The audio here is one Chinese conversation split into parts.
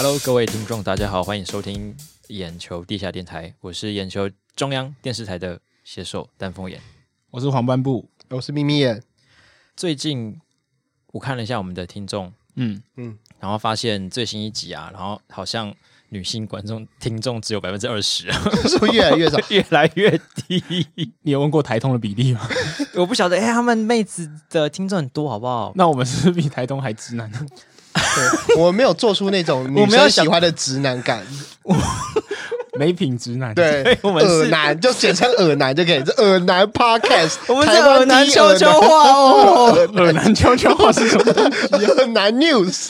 Hello， 各位听众，大家好，欢迎收听眼球地下电台，我是眼球中央电视台的写手丹凤眼， 我是黄斑部， 我是咪咪眼。 最近我看了一下我们的听众，然后发现最新一集啊，然后好像女性听众只有20%， 是不是越来越少， 越来越低。 你有问过台通的比例吗？ 我不晓得，他们妹子的听众很多，好不好？ 那我们是不是比台东还直男？ 对，我没有做出那种女生喜欢的直男感， 没品直男。 对， 我们是耳男，就简称耳男就可以，这耳男 podcast， 我们是耳男悄悄话哦， 耳男悄悄话是什么东西？ 耳男 news，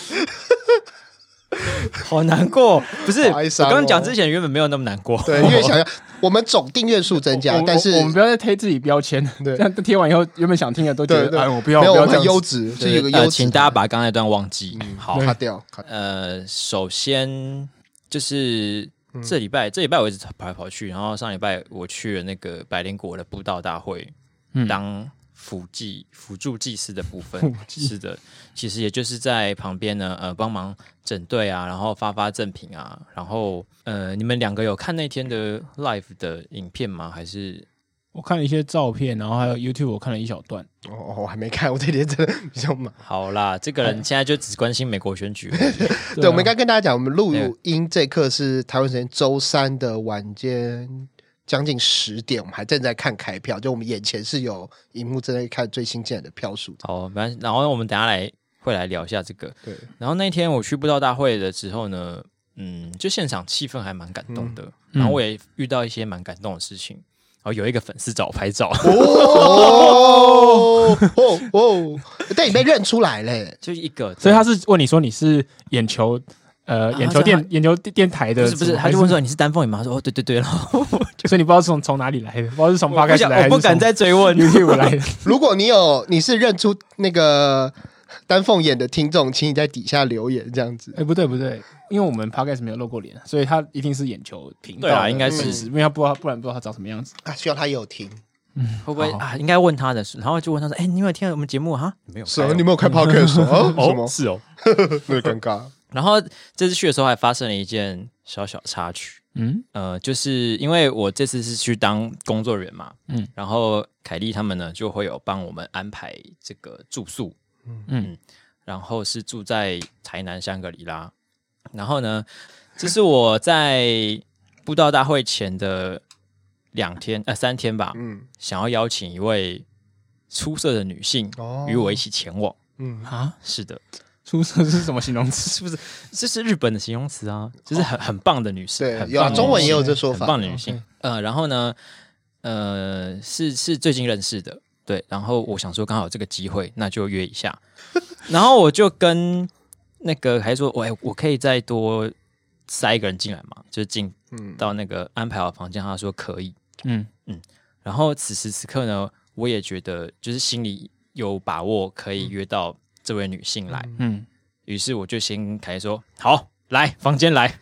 好难过。不是， 好哀伤哦我刚刚讲之前原本没有那么难过， 对，因为想要我们总订阅数增加，但是我们不要再贴自己标签， 对， 这样贴完以后，原本想听的都觉得， 对哎，我不要， 没有，我们不要这样优质是有个优质， 请大家把刚才那段忘记。好， 卡掉。 首先就是这礼拜我一直跑来跑去，然后上礼拜我去了那个百灵果的布道大会，当辅助祭司的部分。是的，其实也就是在旁边呢，帮忙整队啊，然后发赠品啊，然后你们两个有看那天的 live 的影片吗？还是？ 我看了一些照片，然后还有 YouTube 我看了一小段。 我还没看，我这天真的比较忙。 好啦，这个人现在就只关心美国选举。 对，我们应该跟大家讲，我们录音这刻是台湾时间周3的晚间将近10点，我们还正在看开票，就我们眼前是有荧幕正在看最新进来的票数。 好，然后我们等一下会来聊一下这个。 对， 然后那天我去布道大会的时候呢，就现场气氛还蛮感动的，然后我也遇到一些蛮感动的事情。然后有一个粉丝找我拍照， 对，你被认出来嘞， 就一个， 所以他是问你说你是眼球电台的， 不是，他就问说你是丹凤眼吗？他说对，然后所以你不知道从哪里来的，不知道是从八开始来的， 我不敢再追问 YouTube 来的。 如果你是认出那个丹凤眼的听众，请你在底下留言这样子。 不对，因为我们 Podcast 没有露过脸，所以他一定是眼球频道。 对啊，应该是， 因为他不然不知道他长什么样子啊。希望他也有听， 会不会啊？应该问他的，然后就问他说：“你有没有听我们节目哈？没有， 你没有开 Podcast 什么？ 是哦， 那尴尬。 然后这次去的时候还发生了一件小小插曲，就是因为我这次是去当工作人员嘛，然后凯莉他们呢就会有帮我们安排这个住宿，然后是住在台南香格里拉，然后呢，这是我在布道大会前的3天吧，想要邀请一位出色的女性与我一起前往，是的。 出色是什么形容词？ 是不是？这是日本的形容词啊，就是很棒的女生。 对，有中文也有这说法。 很棒的女性。然后呢，是最近认识的。对，然后我想说刚好有这个机会，那就约一下。然后我就跟那个还说，我可以再多塞一个人进来嘛？就是进到那个安排好房间，他说可以。然后此时此刻呢，我也觉得就是心里有把握可以约到这位女性来，于是我就先跟凯莉说：“好，来房间来。”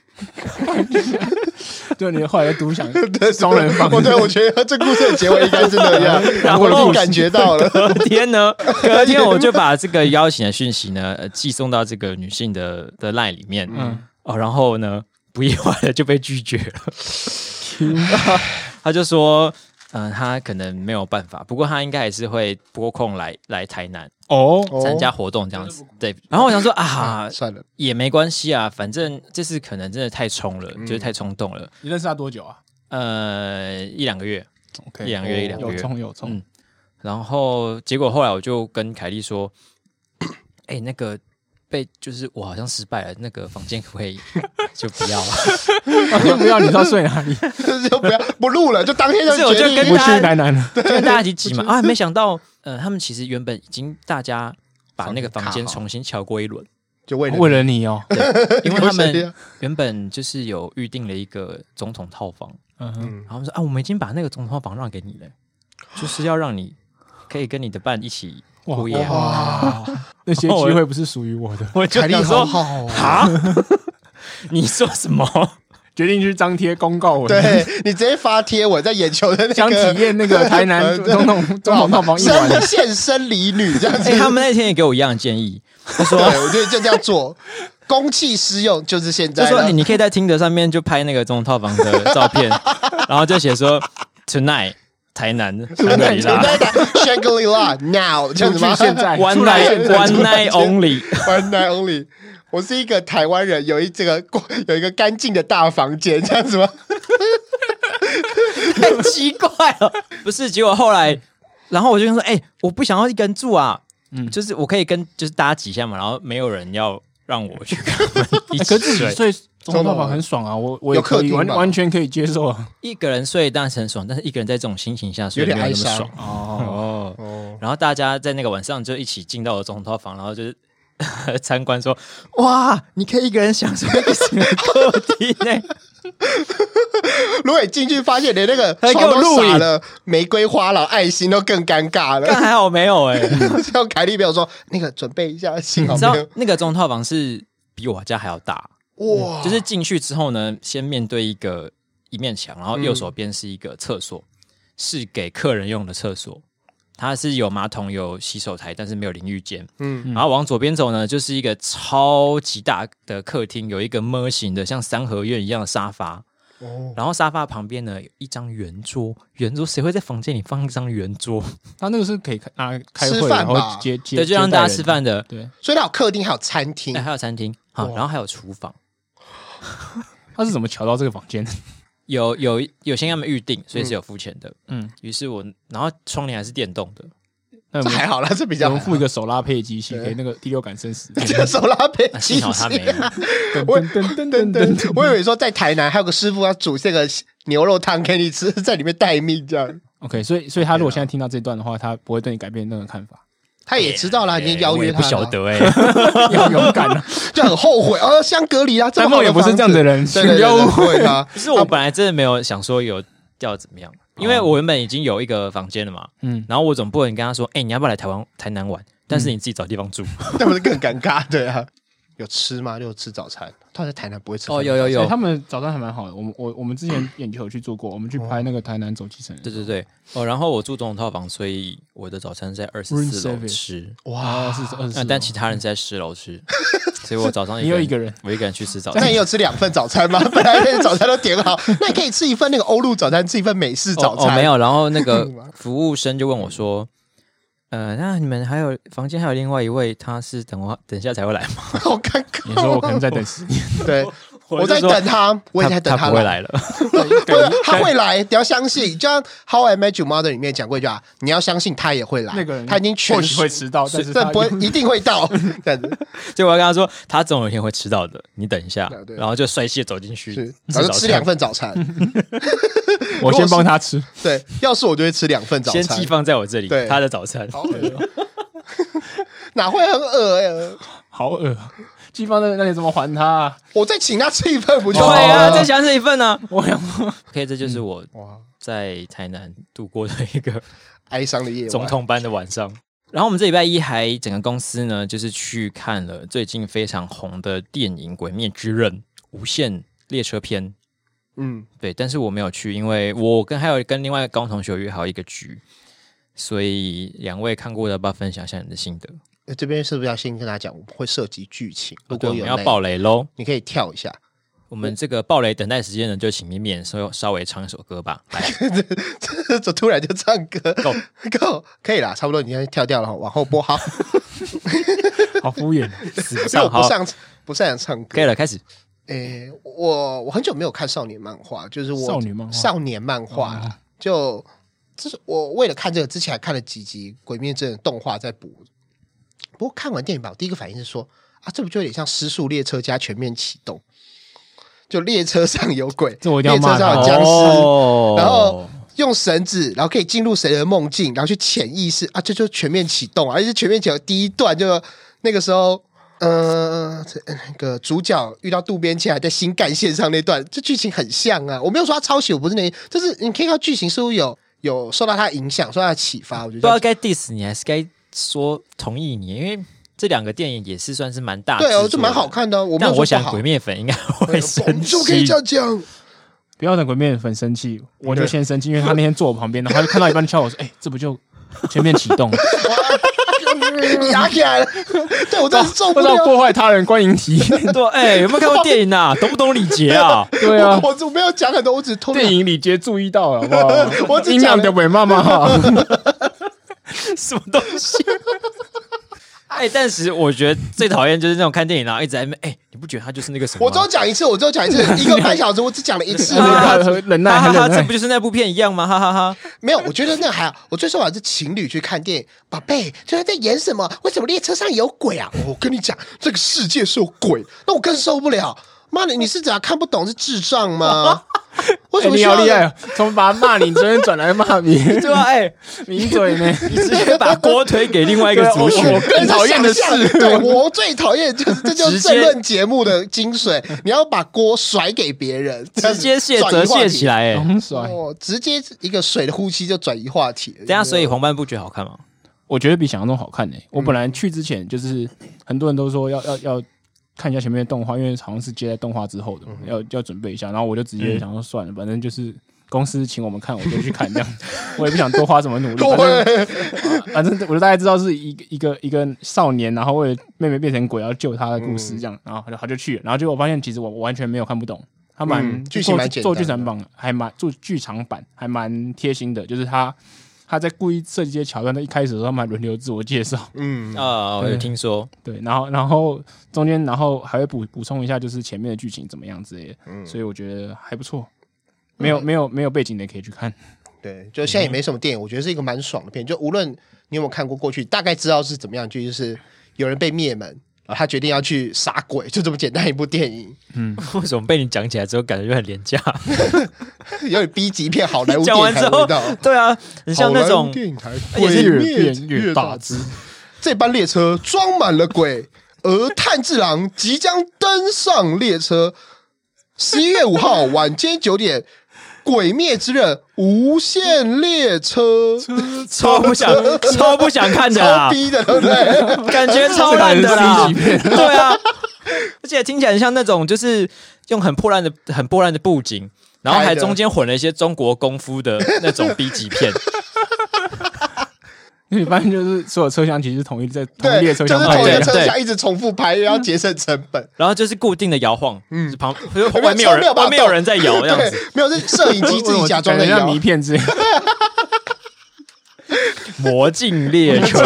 对，你后来独享双人房， 对，我觉得这故事的结尾应该是那样，然后我已经感觉到了。 隔天我就把这个邀请的讯息呢寄送到这个女性的 LINE 里面，然后呢不意外的就被拒绝了。他就说。他可能没有办法，不过他应该还是会拨空来台南参加活动这样子。对，然后我想说算了， 也没关系啊，反正这次可能真的太冲了，就是太冲动了。 你认识他多久啊 ？1-2个月，1-2个月， 有冲。 然后结果后来我就跟凯莉说，那个。就是我好像失败了，那个房间可不可以就不要了？ 就不要，你知道睡哪里？ 就不录了，就当天就决定不去台南了， 跟大家一起挤嘛。没想到他们其实原本已经大家把那个房间重新敲过一轮， 就为了你哦， 因为他们原本就是有预定了一个总统套房，然后他们说我们已经把那个总统套房让给你了，就是要让你可以跟你的伴一起。 哇，那些机会不是属于我的。 我就想说，你说什么？ 决定去张贴公告文， 对你直接发贴文在眼球的那个， 想体验那个台南总统套房一晚， 现身礼女这样子。 他们那天也给我一样的建议，他说：“ 我觉得就这样做， 公器私用就是现在。 就说你可以在听的上面就拍那个总统套房的照片，然后就写说 tonight 台南香格里拉 Shangri-La now 这样子吗？ 现在 one night only。One night only。我是一个台湾人，有一个干净的大房间，这样子吗？ 太奇怪了，不是？结果后来，然后我就跟他说：“我不想要一个人住啊，就是我可以跟就是大家挤一下嘛，然后没有人要让我去跟他们一起睡。 所以总统套房很爽啊，我也可以完全可以接受啊。 一个人睡当然是很爽，但是一个人在这种心情下睡有点哀伤伤哦。然后大家在那个晚上就一起进到了总统套房，然后就是参观说：哇，你可以一个人享受一个整个客厅呢。 如果你进去发现连那个床都撒了玫瑰花了爱心，都更尴尬了。 但还好没有像凯莉没有说那个准备一下，幸好你知道那个总统套房是比我家还要大哇！ 就是进去之后呢，先面对一面墙，然后右手边是一个厕所，是给客人用的厕所。它是有马桶有洗手台，但是没有淋浴间。然后往左边走呢，就是一个超级大的客厅，有一个模型的像三合院一样的沙发。然后沙发旁边呢有一张圆桌，谁会在房间里放一张圆桌？ 他那个是可以开会， 吃饭吧， 然后对， 就让大家吃饭的。 对， 所以它有客厅，还有餐厅， 还有餐厅，好，然后还有厨房。 他是怎么瞧到这个房间？ 有先跟他们预定，所以是有付钱的。于是然后窗帘还是电动的， 这还好啦，这比较我们付一个手拉配机器，给那个第六感生死。 这个手拉配机器， 幸好他没有。 我以为说在台南还有个师傅要煮这个牛肉汤给你吃，在里面待命这样。 OK， 所以他如果现在听到这段的话，他不会对你改变任何看法。 他也知道啦，已经邀约他了。 不晓得要勇敢啊， 就很后悔哦，香格里拉。 三梦也不是这样的人， 不要误会他。 可是我本来真的没有想说要怎么样，因为我原本已经有一个房间了嘛，然后我总不能跟他说，你要不要来台南玩？但是你自己找地方住， 那不是更尴尬？对啊，有吃吗？有吃早餐？他在台南不会吃有， 他们早餐还蛮好的。我们之前眼球有去做过，我们去拍那个台南走基层。 对然后我住总统套房，所以我的早餐在24楼吃。 哇， 是24楼， 但其他人在10楼吃，所以我早上你有一个人， 我一个人去吃早餐。 那你有吃2份早餐吗？本来那早餐都点好，那你可以吃一份那个欧陆早餐，吃一份美式早餐。 没有。然后那个服务生就问我说。那你们房间还有另外一位，他是等一下才会来吗？ 好尴尬。 你说我可能在等10年， 对，我在等他，我也在等他不会来了。 他会来，你要相信。就像《How I Met Your Mother》里面讲过一句话，你要相信他也会来。 那个人他已经或许会迟到，但是他不会一定会到。这样子， 所以我要跟他说，他总有一天会迟到的，你等一下。然后就帅气的走进去， 然后吃2份早餐。 我先帮他吃。 对，要是我就会吃2份早餐， 先寄放在我这里。他的早餐， 哪会很恶呀？ 好恶！寄放在那里怎么还他啊？ 我再请他吃一份不就好了？对啊，再请他吃一份呢。 我想 ，OK， 这就是我在台南度过的一个哀伤的夜晚， 总统般的晚上。然后我们这礼拜一还整个公司呢，就是去看了最近非常红的电影《鬼灭之刃》无限列车篇。对，但是我没有去，因为我还有跟另外高中同学约好一个局，所以2位看过的，要不要分享一下你的心得？ 这边是不是要先跟大家讲，我们会涉及剧情？如果有我们要爆雷喽， 你可以跳一下。 我们这个爆雷等待时间呢，就请绵绵稍微唱一首歌吧。来， 这突然就唱歌 ，Go， 可以啦，差不多，你先跳掉了，往后播，好。 好敷衍， 不擅长唱歌。 可以了，开始。 我很久没有看少年漫画，就是我少年漫画，就是我为了看这个之前还看了几集《鬼灭之刃》动画在补。不过看完电影吧，我第一个反应是说这不就有点像《失速列车》加《全面启动》？就列车上有鬼， 这我一定要骂他， 列车上有僵尸，然后用绳子，然后可以进入谁的梦境，然后去潜意识这就全面启动而且全面启动第一段就那个时候。那个主角遇到渡边谦还在新干线上那段，这剧情很像啊！我没有说他抄袭，我不是就是你可以看到剧情似乎有受到他影响，受到他启发。我觉得不知道该 diss 你还是该说同意你，因为这2个电影也是算是蛮大的， 对就蛮好看的。 但我想鬼灭粉应该会生气， 就可以这样讲。 不要等鬼灭粉生气，我就先生气，因为他那天坐我旁边，然后他就看到一半敲我说：“这不就全面启动？” 压起来了。对我真的受不了， 破坏他人观影体验。 对，有没有看过电影啊？懂不懂礼节啊？ 对啊， 我没有讲很多，我只偷电影礼节注意到了，好不好？ 我只音量的尾妈妈哈， 什么东西？但是我觉得最讨厌就是那种看电影然后一直在那边你不觉得他就是那个什么？ 我只有讲一次，1个半小时，我只讲了一次。 忍耐， 这不就是那部片一样吗？哈哈哈！ 没有，我觉得那还好。我最受不了是情侣去看电影，宝贝，现在在演什么？为什么列车上有鬼啊？我跟你讲，这个世界是有鬼，那我更受不了。妈的，你是怎样看不懂是智障吗？为什么你好厉害？怎么把他骂你，昨天转来骂你？ 对啊， 抿嘴呢？ 你直接把锅推给另外一个族群。 我更讨厌的是， 对我最讨厌就是这就是政论节目的精髓，你要把锅甩给别人， 直接折卸起来， 直接一个水的呼吸就转移话题。 等下，所以黄斑部觉得好看吗？ 我觉得比想象中好看我本来去之前就是很多人都说要看一下前面的动画，因为好像是接在动画之后的，要准备一下。然后我就直接想说算了，反正就是公司请我们看，我就去看这样。我也不想多花什么努力，反正我就大概知道是一个少年，然后为了妹妹变成鬼要救他的故事这样。然后他就去了，然后结果我发现其实我完全没有看不懂，他剧情蛮简单的， 做剧场版还蛮贴心的，就是他在故意设计这些桥段，在一开始的时候他们还轮流自我介绍。 我有听说。 对，然后中间还会补充一下，就是前面的剧情怎么样之类的。所以我觉得还不错。没有背景的可以去看。 对，就现在也没什么电影，我觉得是一个蛮爽的片。就无论你有没有看过去，大概知道是怎么样，就是有人被灭门。他决定要去杀鬼，就这么简单一部电影。 为什么被你讲起来之后感觉就很廉价？ 有点 B 级片好莱坞电影台味道。 对啊，很像那种电影台， 鬼灭越大只。 这班列车装满了鬼，而炭治郎即将登上列车。11月5号晚间9点。鬼灭之刃无限列车， 超不想看的啦， 超逼的，对不对？ 感觉超烂的啦，对啊，而且听起来很像那种就是用很破烂的布景，然后还中间混了一些中国功夫的那种 B 级片。 因为你发现就是所有车厢其实同一列车厢拍，就是同一个车厢一直重复拍，然后节省成本， 然后就是固定的摇晃，外面有人在摇这样子， 没有是摄影机自己假装在摇， 迷片之类。 魔镜列车，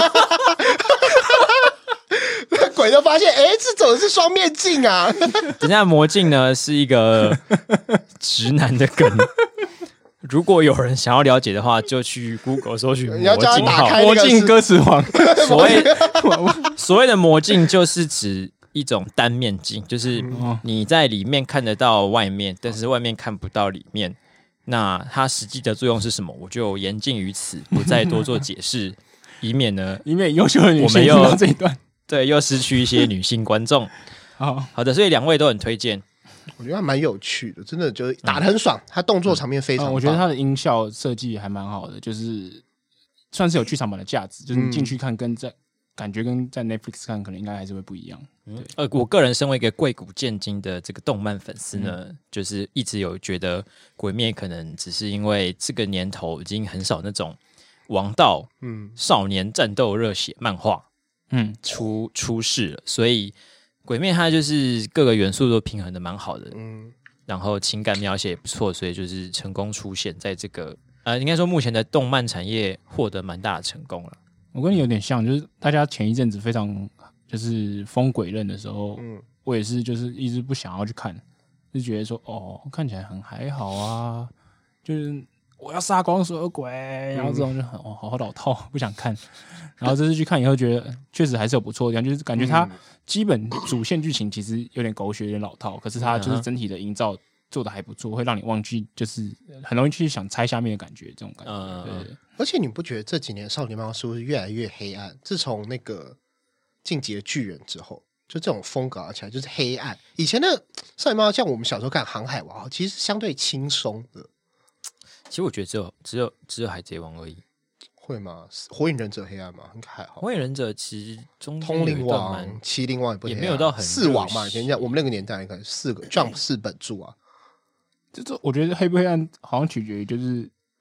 鬼都发现，这走的是双面镜啊！ 等一下，魔镜呢是一个直男的梗。如果有人想要了解的话，就去 Google 搜寻魔镜号。 魔镜歌词王。 所谓的魔镜就是指一种单面镜，就是你在里面看得到外面，但是外面看不到里面。那它实际的作用是什么？我就言尽于此，不再多做解释，以免优秀的女性听到这一段， 对，又失去一些女性观众。好的，所以两位都很推荐。 我觉得还蛮有趣的，真的就是打得很爽，他动作场面非常棒。 我觉得他的音效设计还蛮好的，就是算是有剧场版的价值，就是你进去看感觉跟在 Netflix 看可能应该还是会不一样。 我个人身为一个贵古见今的这个动漫粉丝呢，就是一直有觉得鬼灭可能只是因为这个年头已经很少那种王道少年战斗热血漫画出世了，所以鬼灭它就是各个元素都平衡的蛮好的，然后情感描写也不错，所以就是成功出现在这个应该说目前的动漫产业获得蛮大的成功了。 我跟你有点像，就是大家前一阵子非常就是封鬼刃的时候，我也是就是一直不想要去看，就觉得说看起来很还好啊，就是我要杀光所有鬼，然后这种就很好老套，不想看。然后这次去看以后，觉得确实还是有不错的地方，就是感觉它基本主线剧情其实有点狗血，有点老套，可是它就是整体的营造做的还不错，会让你忘记就是很容易去想猜下面的感觉，这种感觉。对。 而且你不觉得这几年少年漫画是不是越来越黑暗？自从那个进击的巨人之后，就这种风格起来就是黑暗。以前的少年漫画像我们小时候看《航海王》，其实是相对轻松的。 其实我觉得只有海贼王而已。 会吗？火影忍者黑暗吗？应该还好。 火影忍者其实中通灵王、麒麟王也没有到很 4王嘛。人家我们那个年代应该4个 Jump 4本柱啊。 这我觉得黑不黑暗好像取决于就是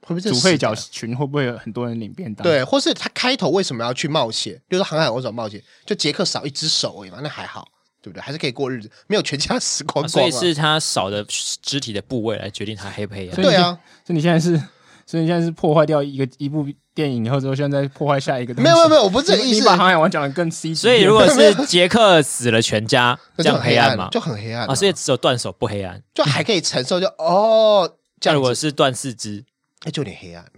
会不会主配角群会不会有很多人领便当？ 对，或是他开头为什么要去冒险？比如说航海为什么冒险？就杰克少一只手而已嘛，那还好，对不对？还是可以过日子，没有全家死光光、 所以是他少的肢体的部位来决定他黑不黑暗。 对啊， 所以你现在是破坏掉一部电影以后，之后现在破坏下一个东西。 没有，我不是这个意思。 你把航海王讲的更 C， 所以如果是杰克死了全家，这样黑暗吗？ 就很黑暗啊，所以只有断手不黑暗， 就还可以承受。就哦，这样如果是断四肢， 那就有点黑暗了。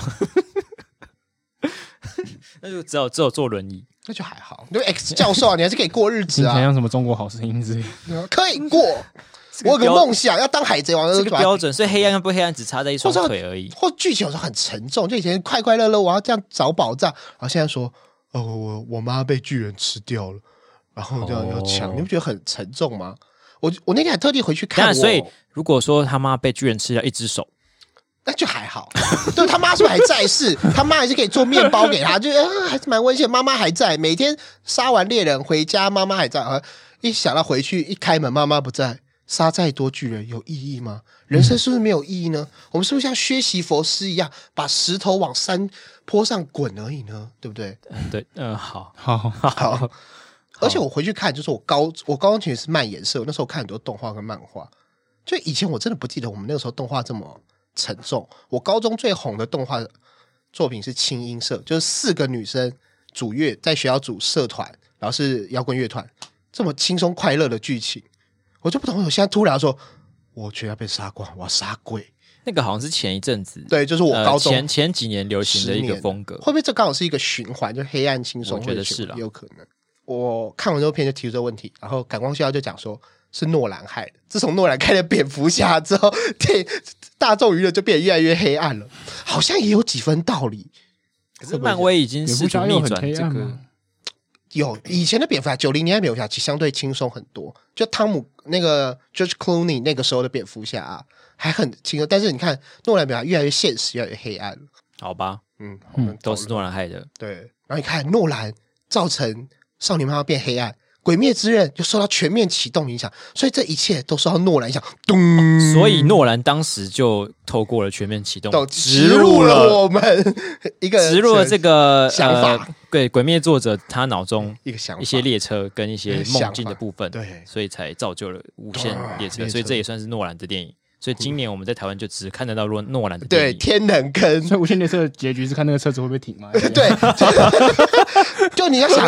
那就只有坐轮椅， 那就还好。因为 X 教授啊，你还是可以过日子啊， 像什么中国好声音之类的， 可以过。我有个梦想，要当海贼王， 这个标准。所以黑暗跟不黑暗只差在一双腿而已。 或剧情有时候很沉重，就以前快快乐乐，我要这样找宝藏，然后现在说，我妈被巨人吃掉了，然后这样要抢，你不觉得很沉重吗？我那天还特地回去看。 所以如果说他妈被巨人吃掉一只手， 那就还好。对，他妈是不是还在世？他妈还是可以做面包给他，就还是蛮温馨。妈妈还在，每天杀完猎人回家，妈妈还在。一想到回去，一开门，妈妈不在。杀再多巨人有意义吗？人生是不是没有意义呢？我们是不是像薛西佛斯一样，把石头往山坡上滚而已呢？对不对？ 对，好。 而且我回去看，就是我高中其实是慢颜色，我那时候看很多动画跟漫画。就以前我真的不记得我们那个时候动画这么沉重。我高中最红的动画作品是轻音社，就是4个女生在学校组社团，然后是摇滚乐团，这么轻松快乐的剧情。我就不懂，我现在突然说，我全要被杀光，我要杀鬼。 那个好像是前一阵子， 对，就是我高中前几年流行的一个风格。 会不会这刚好是一个循环，就黑暗轻松？ 我觉得是了， 有可能。我看完这部片就提出这个问题，然后感光学校就讲说是诺兰害的。自从诺兰开了蝙蝠侠之后，大众娱乐就变得越来越黑暗了，好像也有几分道理。 可是漫威已经试图逆转这个。 有以前的蝙蝠侠，90年代蝙蝠侠其实相对轻松很多。就汤姆那个 George Clooney 那个时候的蝙蝠侠啊，还很轻松。但是你看诺兰蝙蝠侠越来越现实，越来越黑暗了。 好吧，都是诺兰害的。 对，然后你看诺兰造成少女漫画变黑暗，鬼灭之刃就受到全面启动影响，所以这一切都受到诺兰影响。咚！ 所以诺兰当时就透过了全面启动， 植入了我们植入了这个想法。 对，鬼灭作者他脑中一个想法， 一些列车跟一些梦境的部分， 对， 所以才造就了无限列车。所以这也算是诺兰的电影。所以今年我们在台湾就只看得到诺兰的电影。 对，天能坑。 所以无限列车的结局是看那个车子会不会停吗？ 对，就你要想，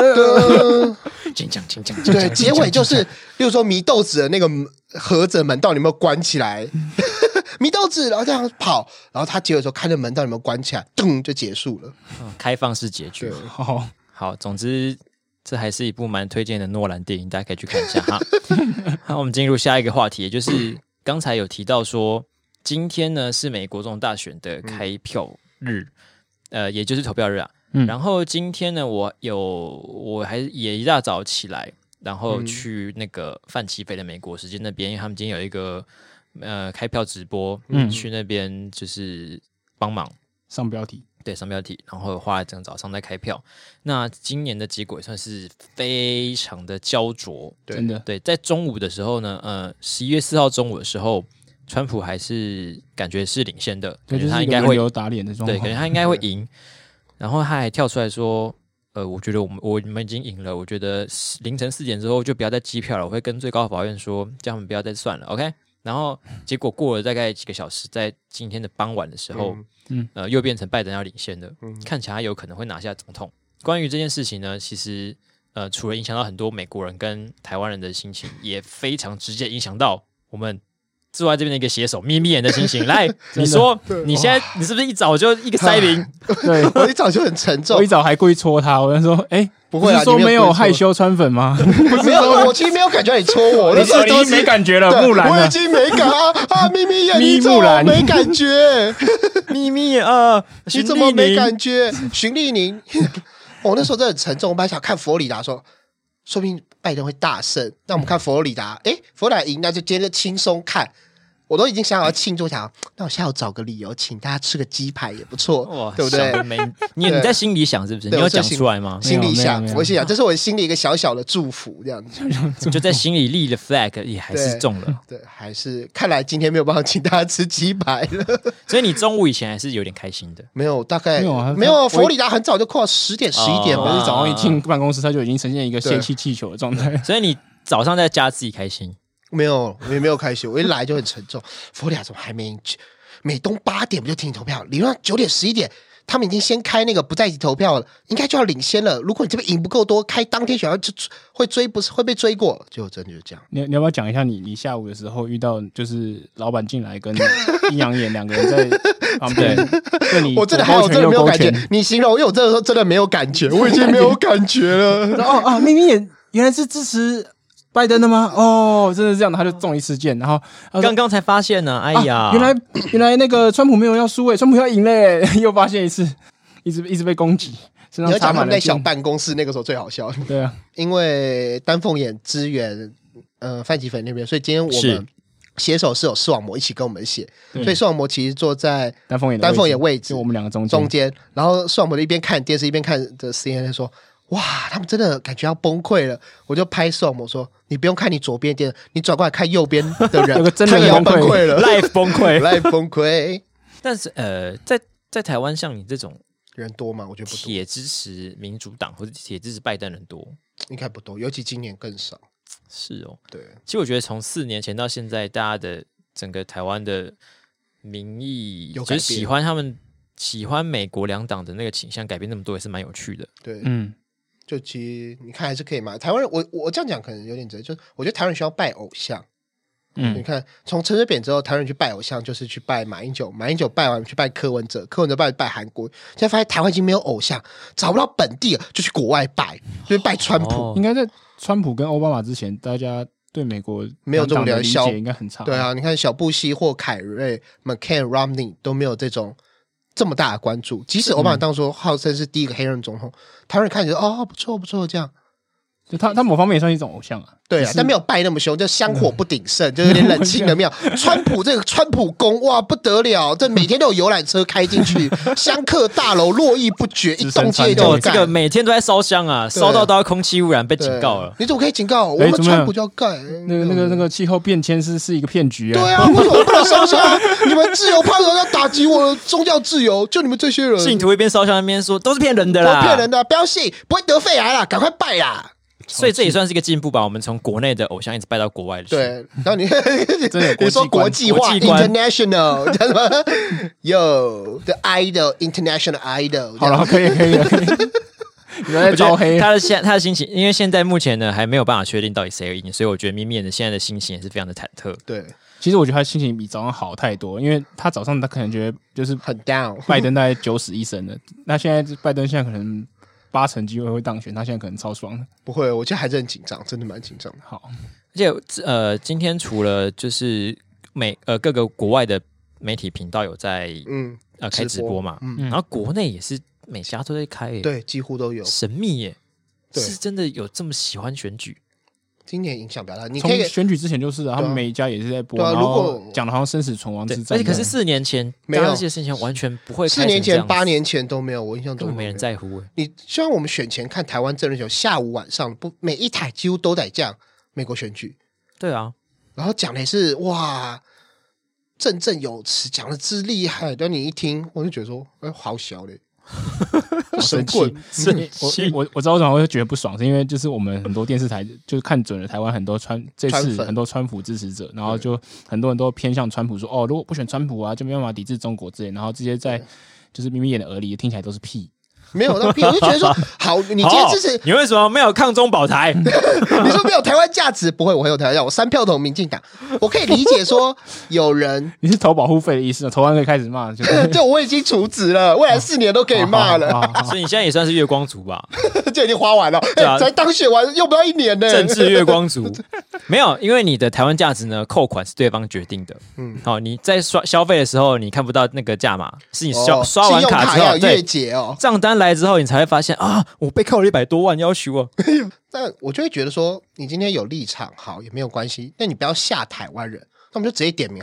对，结尾就是，例如说祢豆子的那个盒子门到底有没有关起来？祢豆子，然后这样跑，然后他结尾的时候开了门到底有没有关起来？咚，就结束了， 开放式结局。好，总之这还是一部蛮推荐的诺兰电影，大家可以去看一下哈。好，我们进入下一个话题，也就是刚才有提到说，今天呢是美国总统大选的开票日，也就是投票日啊。然后今天呢，我还也一大早起来，然后去那个范奇斐的美国时间那边，因为他们今天有一个开票直播，去那边就是帮忙上标题， 对，上标题，然后花了整个早上在开票。那今年的结果也算是非常的焦灼， 真的。 对，在中午的时候呢，11月4号中午的时候，川普还是感觉是领先的， 感觉他应该会有打脸的状况， 对，感觉他应该会赢。然后他还跳出来说，我觉得我们已经赢了，我觉得凌晨4点之后就不要再计票了，我会跟最高法院说，叫他们不要再算了 ，OK？ 然后结果过了大概几个小时，在今天的傍晚的时候，又变成拜登要领先的，看起来他有可能会拿下总统。关于这件事情呢，其实除了影响到很多美国人跟台湾人的心情，也非常直接影响到我们驻外这边的一个写手咪咪眼的心情。来，你说你现在你是不是一早就一个塞零？ 对，我一早就很沉重， 我一早还故意戳他，我就说， 不会啊， 说没有害羞川粉吗？ 没有，我其实没有感觉你戳我， 你已经没感觉了。木兰， 我已经没感啊！咪咪眼，你怎么没感觉？ 咪咪你怎么没感觉？荀立宁，我那时候真的很沉重。我本来想看佛罗里达，说不定拜登会大胜。那我们看佛罗里达，佛罗里达赢，那就接着轻松看。 我都已经想好要庆祝，那我下午找个理由请大家吃个鸡排也不错，哇，对不对？ 你在心里想是不是？你有讲出来吗？ 心里想，我心想，这是我心里一个小小的祝福，这样子， 就在心里立了 flag， 也还是中了。 对，还是看来今天没有办法请大家吃鸡排了。 所以你中午以前还是有点开心的。 没有，大概没有。佛罗里达很早就快10点11点， 我是早上一进办公室，他就已经呈现一个泄气气球的状态。 所以你早上在家自己开心？ 没有，我也没有开心。我一来就很沉重。佛罗里达怎么还没赢？美东8点不就停投票？理论上9点11点。他们已经先开那个不在籍投票了，应该就要领先了。如果你这边赢不够多，开当天选票就会追，不是会被追过。就真的就是这样。 你要不要讲一下你下午的时候遇到就是老板进来跟阴阳眼2个人在旁边？对， 我真的还有真的没有感觉。你形容，因为我这个时候真的没有感觉，我已经没有感觉了。 明明也原来是支持拜登的吗？哦，真的是这样的，他就中一次箭，然后刚刚才发现呢，哎呀， 原来那个川普没有要输川普要赢嘞，又发现一次，一直被攻击。 你要讲他们在小办公室那个时候最好笑， 对啊， 因为丹凤眼支援范吉斐那边，所以今天我们写手是有视网膜一起跟我们写，所以视网膜其实坐在丹凤眼位置， 就我们2个中间，然后视网膜一边看电视一边看的 CNN 说。哇，他们真的感觉要崩溃了，我就拍视网膜说：“你不用看你左边电视，你转过来看右边的人， 他也要崩溃了 ，live 崩溃 ，live 崩溃。” 但是在台湾像你这种人多吗？我觉得不多。 铁支持民主党或者铁支持拜登人多， 应该不多，尤其今年更少。 是哦， 对。 其实我觉得从4年前到现在，大家的整个台湾的民意，就是喜欢美国2党的那个倾向改变那么多，也是蛮有趣的。 对，就其实你看还是可以嘛。台湾人，我这样讲可能有点直接，就是我觉得台湾人需要拜偶像。你看从陈水扁之后，台湾人去拜偶像就是去拜马英九，马英九拜完去拜柯文哲，柯文哲拜韩国。现在发现台湾已经没有偶像，找不到本地了，就去国外拜，就是拜川普。 应该在川普跟奥巴马之前，大家对美国没有这么理解，应该很差。 对啊，你看小布希或凯瑞、McCain、Romney 都没有这么大的关注，即使奥巴马当初号称是第一个黑人总统，台湾人看起来不错不错这样。 就他某方面也算是一种偶像啊， 对啊，但没有拜那么凶，就香火不鼎盛，就有点冷清的庙。川普这个川普宫哇不得了，这每天都有游览车开进去，香客大楼络绎不绝，一栋接一栋盖， 这个每天都在烧香啊，烧到都要空气污染，被警告了。 你怎么可以警告我们川普就要盖？ 那个气候变迁是一个骗局啊！ 对啊，为什么不能烧香？你们自由派人要打击我的宗教自由，就你们这些人， 信徒一边烧香一边说都是骗人的啦， 都骗人的，不要信，不会得肺癌啦，赶快拜啦！ 所以这也算是一个进步吧。我们从国内的偶像一直拜到国外的。 对，然后你说国际化 ，international 叫什么 ？Yo the idol international idol。 好了，可以。你在招黑他的心情，因为现在目前呢还没有办法确定到底谁赢，所以我觉得咪咪的现在的心情也是非常的忐忑。 对， 其实我觉得他心情比早上好太多，因为他早上他可能觉得就是很 down， 拜登大概90%胜了，那现在拜登现在可能80%机会当选，他现在可能超爽的。 不会，我觉得还是很紧张，真的蛮紧张的。 好， 而且今天除了就是各个国外的媒体频道有在开直播嘛，然后国内也是每家都在开， 对，几乎都有， 神秘耶，是真的有这么喜欢选举？ 今年影响比较大，你从选举之前就是他们每一家也是在播，然后讲的好像生死存亡之战。 而且可是4年前，没有这些事情完全不会。 4年前、8年前都没有，我印象中没人在乎。 你虽然我们选前看台湾政论节目，下午晚上不每一台几乎都在讲美国选举， 对啊， 然后讲的也是哇振振有词，讲的之厉害，但你一听我就觉得说，好小嘞。 神棍，我知道为什么会觉得不爽，是因为就是我们很多电视台就是看准了台湾很多这次很多川普支持者，然后就很多人都偏向川普说如果不选川普啊，就没办法抵制中国之类，然后这些在就是咪咪眼的耳里听起来都是屁。 没有，我就觉得说，好，你今天支持你为什么没有抗中保台？ 你说没有台湾价值，不会，我很有台湾价值，我3票投民进党，我可以理解说有人你是投保护费的意思，投完可以开始骂， 就我已经除职了，未来4年都可以骂了， 所以你现在也算是月光族吧？ 就已经花完了，才当选完用不到1年呢。 政治月光族没有，因为你的台湾价值呢，扣款是对方决定的。好，你在消费的时候，你看不到那个价码，是你刷完卡之后， 月结账单来之后，你才会发现啊，我被扣了100多万，要求啊。 但我就会觉得说，你今天有立场好也没有关系，但你不要吓台湾人。那我们就直接点名好，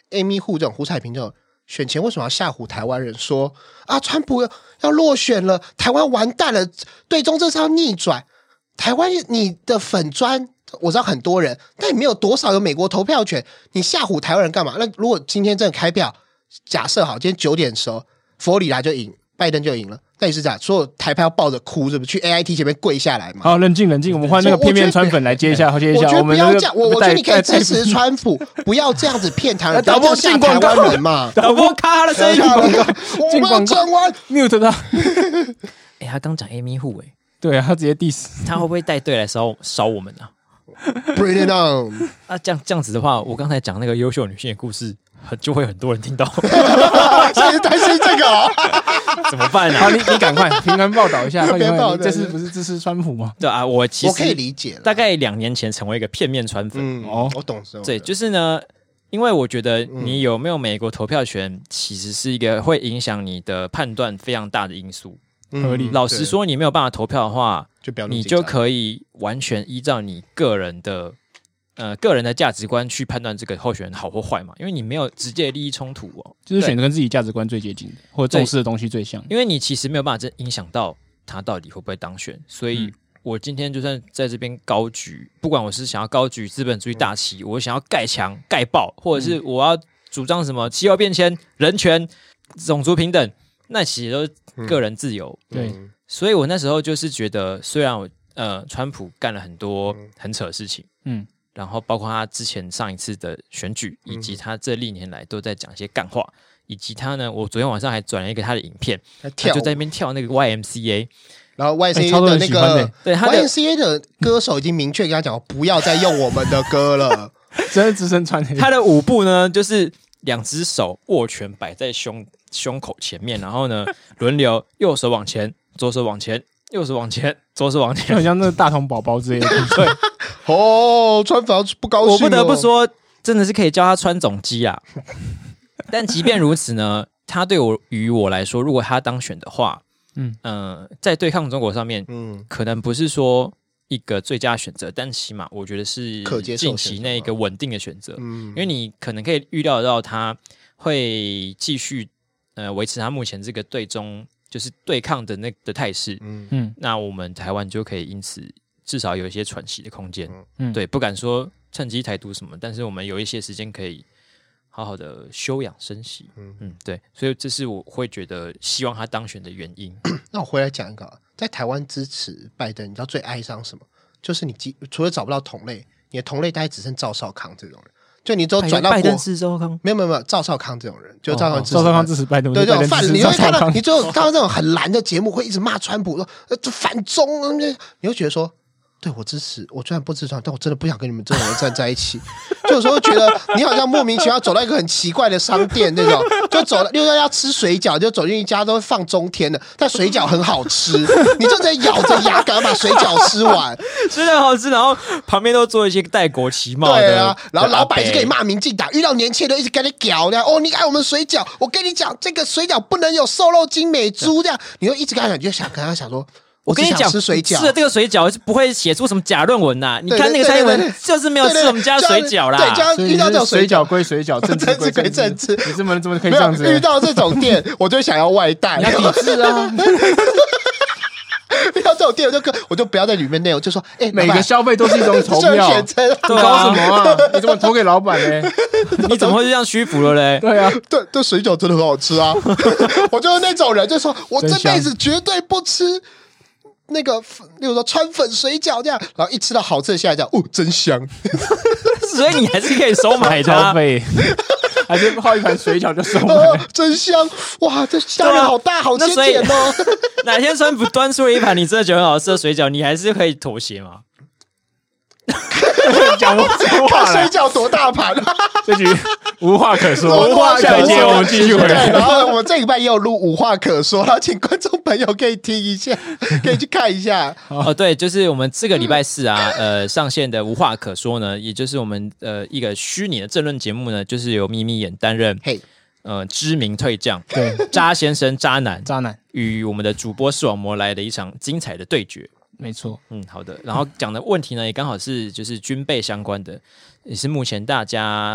Amy Hu 这种胡彩萍这种选前为什么要吓唬台湾人说啊，川普要落选了，台湾完蛋了，对中这是要逆转。台湾你的粉专我知道很多人，但也没有多少有美国投票权，你吓唬台湾人干嘛？那如果今天真的开票，假设好，今天9点的时候，佛罗里达就赢，拜登就赢了，那也是这样，所有台票要抱着哭，是不是去 AIT 前面跪下来嘛？ 好，冷静，我们换那个片面川粉来接一下， 我觉得不要这样，我觉得你可以支持川普，不要这样子骗台湾人， 导播吓台湾人嘛。 导播卡他的声音， 我们要讲完 mute 他。 他刚讲 Amy Hu 对啊，他直接 diss， 他会不会带队来烧我们啊 ？Bring it on！ 这样子的话，我刚才讲那个优秀女性的故事，就会很多人听到。 所以担心这个哦， 怎么办啊？ 好，你赶快平安报道一下，这次不是支持川普吗？ 对啊，我其实可以理解， 大概2年前成为一个片面川粉。 我懂。 对，就是呢，因为我觉得你有没有美国投票权，其实是一个会影响你的判断非常大的因素。 合理。 老实说，你没有办法投票的话，你就可以完全依照你个人的价值观去判断这个候选人好或坏嘛，因为你没有直接的利益冲突哦， 就是选择跟自己价值观最接近的，或者重视的东西最像。 因为你其实没有办法影响到他到底会不会当选，所以我今天就算在这边高举，不管我是想要高举资本主义大旗，我想要盖墙盖爆，或者是我要主张什么气候变迁、人权、种族平等，那其实都是个人自由。 对， 所以我那时候就是觉得，虽然川普干了很多很扯的事情，然后包括他之前上一次的选举，以及他这历年来都在讲一些干话，以及他呢，我昨天晚上还转了一个他的影片，他就在那边跳那个 YMCA。 然后 YMCA 的那个， 对 YMCA 的歌手已经明确跟他讲，不要再用我们的歌了。 真的资深传他的舞步呢，就是2只手握拳摆在胸口前面，然后呢轮流右手往前，左手往前，右手往前，左手往前， 很像那个大同宝宝之类的。对， 川粉不高兴。 我不得不说，真的是可以叫他川总机啊。但即便如此呢，他于我来说，如果他当选的话，在对抗中国上面，可能不是说一个最佳选择，但起码我觉得是近期内一个稳定的选择。因为你可能可以预料到他会继续维持他目前这个对中就是对抗的那的态势。那我们台湾就可以因此至少有一些喘息的空间。对，不敢说趁机台独什么，但是我们有一些时间可以好好的休养生息。对，所以这是我会觉得希望他当选的原因。 那我回来讲一个，在台湾支持拜登，你知道最哀伤什么？就是你除了找不到同类，你的同类大概只剩赵少康这种人。就你都转到拜登是赵少康， 没有赵少康这种人，就赵少康支持拜登， 对这种反，你会看到你就看到这种很蓝的节目，会一直骂川普说这反中，你会觉得说。对，我支持，我虽然不支持他，但我真的不想跟你们这种人站在一起。就有时候觉得你好像莫名其妙走到一个很奇怪的商店那种，就走了，例如要吃水饺，就走进一家都放中天的，但水饺很好吃，你就得咬着牙赶快把水饺吃完， 真的好吃。然后旁边都做一些戴国旗帽的， 对啊，然后老板就可以骂民进党，遇到年轻人一直跟你屌这样，哦，你爱我们水饺，我跟你讲，这个水饺不能有瘦肉精美猪这样，你就一直跟他讲，你就想跟他讲说。 我跟你讲， 吃水饺， 吃了这个水饺不会写出什么假论文呐。你看那个蔡英文就是没有吃我们家水饺啦。 对，遇到这种水饺归水饺，政治归政治。你怎么可以这样子？ 遇到这种店，我就想要外带， 你要抵制啊！ 遇到这种店，我就不要在里面内容，就说， 每个消费都是一种投票， 选择， 你搞什么啊？你怎么投给老板呢？ 你怎么会这样虚浮了嘞？ 对啊， 对，水饺真的很好吃啊！我就是那种人，就说我这辈子绝对不吃。那个，例如说川粉水饺这样，然后一吃到好吃的下来讲，真香， 所以你还是可以收买的、啊， 还是泡一盘水饺就收买， 真香！哇，这虾仁好大，好鲜甜哦。 哪天川普端出了一盘你真的觉得很好吃的水饺，你还是可以妥协吗？ 讲不出话来，水饺多大盘？ 这局无话可说，下一节我们继续回来。 然后我们这礼拜也有录无话可说，然后请观众朋友可以听一下，可以去看一下。 对，就是我们这个礼拜四啊，上线的无话可说呢，也就是我们一个虚拟的政论节目呢，就是由咪咪眼担任，知名退将， 对， 渣先生渣男与我们的主播视网膜来的一场精彩的对决。 没错， 好的。然后讲的问题呢，也刚好是就是军备相关的，也是目前大家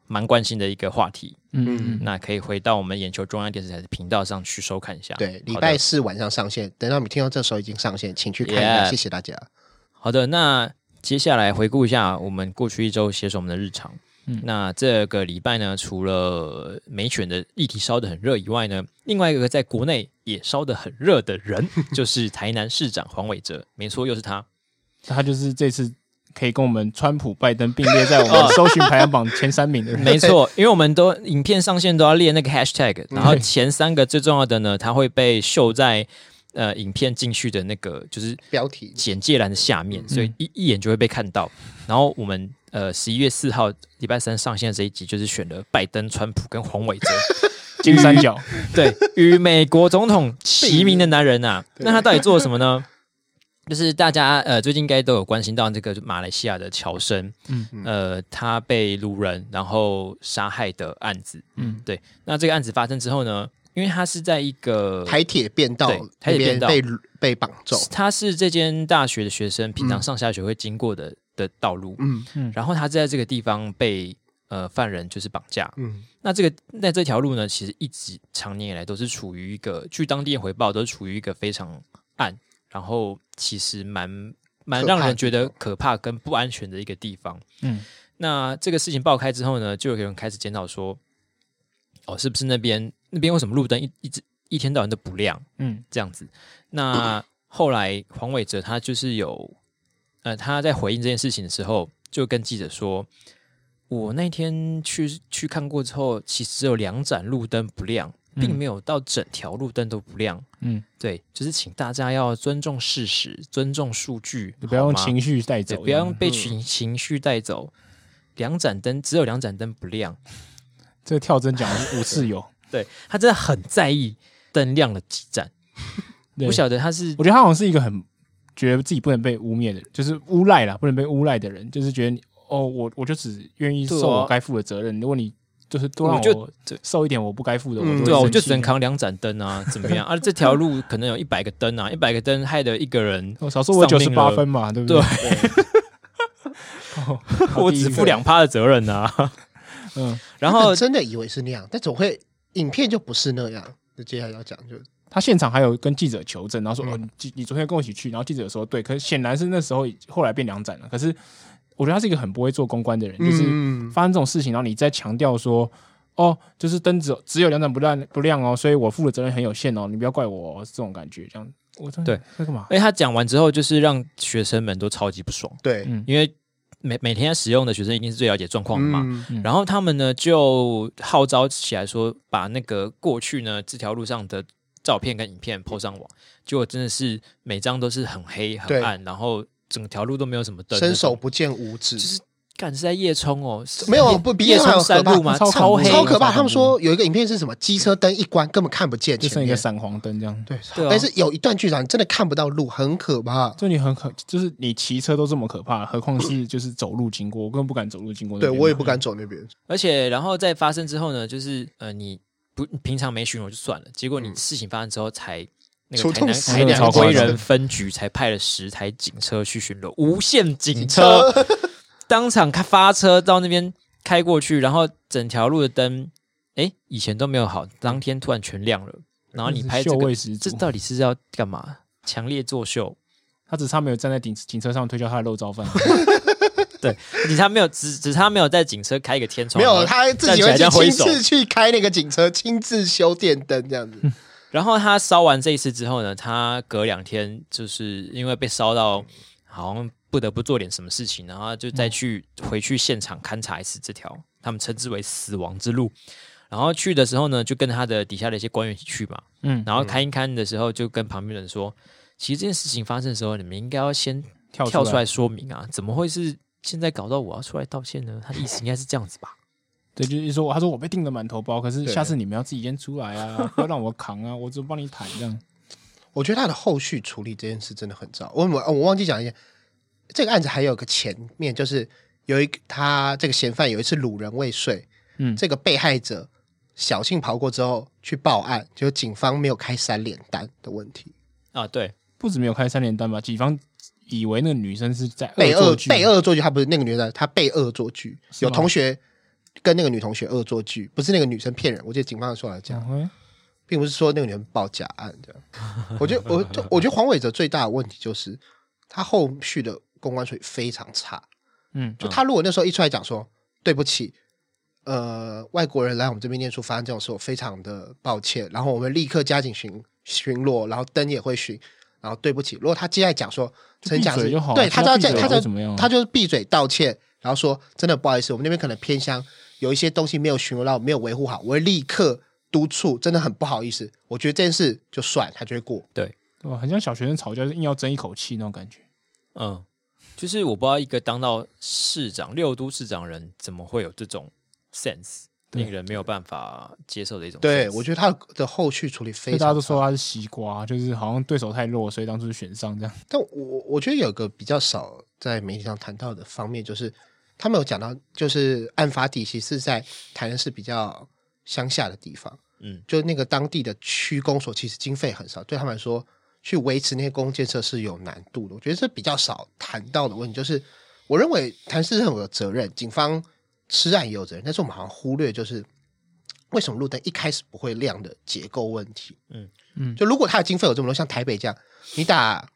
蛮关心的一个话题。那可以回到我们眼球中央电视台的频道上去收看一下。 对，礼拜4晚上上线，等到你听到这时候已经上线，请去看一下。谢谢大家。 好的，那接下来回顾一下我们过去一周写手们的日常。那这个礼拜呢，除了美选的议题烧得很热以外呢，另外一个在国内也烧得很热的人，就是台南市长黄伟哲。没错，又是他。 他就是这次可以跟我们川普、拜登并列在我们搜寻排行榜前3名的人。 没错，因为我们都影片上线都要列那个 hashtag， 然后前3个最重要的呢，它会被秀在影片进去的那个就是标题简介栏的下面，所以一眼就会被看到。然后我们11月4号礼拜3上线的这一集，就是选了拜登、川普跟黄伟哲金三角， 对，与美国总统齐名的男人啊。那他到底做了什么呢？就是大家最近应该都有关心到这个马来西亚的侨生，他被掳人然后杀害的案子。对。那这个案子发生之后呢，因为他是在一个台铁便道那边被绑走， 他是这间大学的学生，平常上下学会经过的道路。然后他在这个地方被犯人就是绑架。那这条路呢，其实一直长年以来都是处于一个，据当地人回报，都是处于一个非常暗，然后其实蛮让人觉得可怕跟不安全的一个地方。那这个事情爆开之后呢，就有人开始检讨说，是不是那边为什么路灯一天到晚都不亮？这样子。那后来黄伟哲他就是他在回应这件事情的时候，就跟记者说，我那天去看过之后，其实只有2盏路灯不亮，并没有到整条路灯都不亮。对，就是请大家要尊重事实，尊重数据， 不要用情绪带走， 不要用被情绪带走。只有2盏灯不亮， 这个跳针讲5次有。 对，他真的很在意灯亮了几盏。不晓得他是， 我觉得他好像是一个很觉得自己不能被污蔑的人，就是诬赖啦，不能被诬赖的人，就是觉得我就只愿意受我该负的责任。如果你就是多让我受一点我不该负的， 我就只能扛2盏灯啊，怎么样啊？这条路可能有100个灯啊，100个灯害得一个人， 少说我98分嘛，对不对？ 我只负2%的责任啊。然后真的以为是那样，但总会影片就不是那样。那接下来要讲就他现场还有跟记者求证，然后说你昨天跟我一起去，然后记者说对，可是显然是那时候后来变2盏了。可是我觉得他是一个很不会做公关的人，就是发生这种事情，然后你再强调说就是灯只有2盏不亮哦，所以我负的责任很有限哦，你不要怪我这种感觉，这样我真的对在干嘛？ 他讲完之后，就是让学生们都超级不爽。 对， 因为每天使用的学生一定是最了解状况的嘛。然后他们呢就号召起来说，把那个过去呢这条路上的照片跟影片 po 上网，结果真的是每张都是很黑很暗，然后整条路都没有什么灯， 伸手不见五指， 就是干是在夜冲没有不比夜冲山路吗？超黑超可怕。他们说有一个影片是什么，机车灯一关根本看不见， 就剩一个闪黄灯这样。 对，但是有一段剧场你真的看不到路，很可怕。 就是你骑车都这么可怕，何况是就是走路经过，我根本不敢走路经过那边。 对我也不敢走那边。 而且然后在发生之后呢，就是你平常没巡逻就算了，结果你事情发生之后才那个台南归仁分局才派了10台警车去巡逻，无限警车当场发车到那边开过去，然后整条路的灯，以前都没有好，当天突然全亮了。然后你拍这个，这到底是要干嘛？强烈作秀。 他只差没有站在警车上推销他的肉燥饭。 对，只差没有在警车开一个天窗， 没有，他自己会亲自去开那个警车，亲自修电灯这样子。 然后他烧完这一次之后呢，他隔2天就是因为被烧到，好像不得不做点什么事情，然后就再回去现场勘察一次这条他们称之为死亡之路。然后去的时候呢，就跟他的底下的一些官员一起去嘛，然后看一看的时候，就跟旁边人说，其实这件事情发生的时候，你们应该要先跳出来说明啊，怎么会是现在搞到我要出来道歉呢？他的意思应该是这样子吧？ 对，就是说，他说我被订了满头包，可是下次你们要自己先出来啊，不要让我扛啊，我只帮你谈这样。 我觉得他的后续处理这件事真的很糟。我忘记讲一下，这个案子还有个前面，就是他这个嫌犯有一次掳人未遂，这个被害者侥幸逃过之后去报案，就警方没有开3联单的问题啊，对， 不止没有开3联单吧，警方以为那个女生是在被恶作剧，她不是那个女生，她被恶作剧，有同学跟那个女同学恶作剧，不是那个女生骗人。我记得警方说来讲，并不是说那个女人报假案这样。我觉得黄伟哲最大的问题就是他后续的公关处理非常差。就他如果那时候一出来讲说对不起，外国人来我们这边念书发生这种事，我非常的抱歉，然后我们立刻加紧巡逻，然后灯也会巡，然后对不起。如果他接下来讲说陈讲是对他就是闭嘴道歉，然后说真的不好意思，我们那边可能偏乡有一些东西没有巡逻到，没有维护好，我会立刻督促，真的很不好意思。我觉得这件事就算他就会过。 对， 很像小学生吵架，硬要争一口气那种感觉。 就是我不知道一个当到市长6都市长人怎么会有这种 sense， 令人没有办法接受的一种 sense。 对，我觉得他的后续处理非常差， 大家都说他是西瓜，就是好像对手太弱，所以当初选上这样。 但我觉得有个比较少在媒体上谈到的方面，就是他们有讲到，就是案发地其实是在台南市比较乡下的地方，就那个当地的区公所其实经费很少，对他们来说去维持那些公共建设是有难度的。我觉得这比较少谈到的问题，就是我认为台南市政府有责任，警方吃案也有责任，但是我们好像忽略就是为什么路灯一开始不会亮的结构问题。就如果它的经费有这么多，像台北这样，你打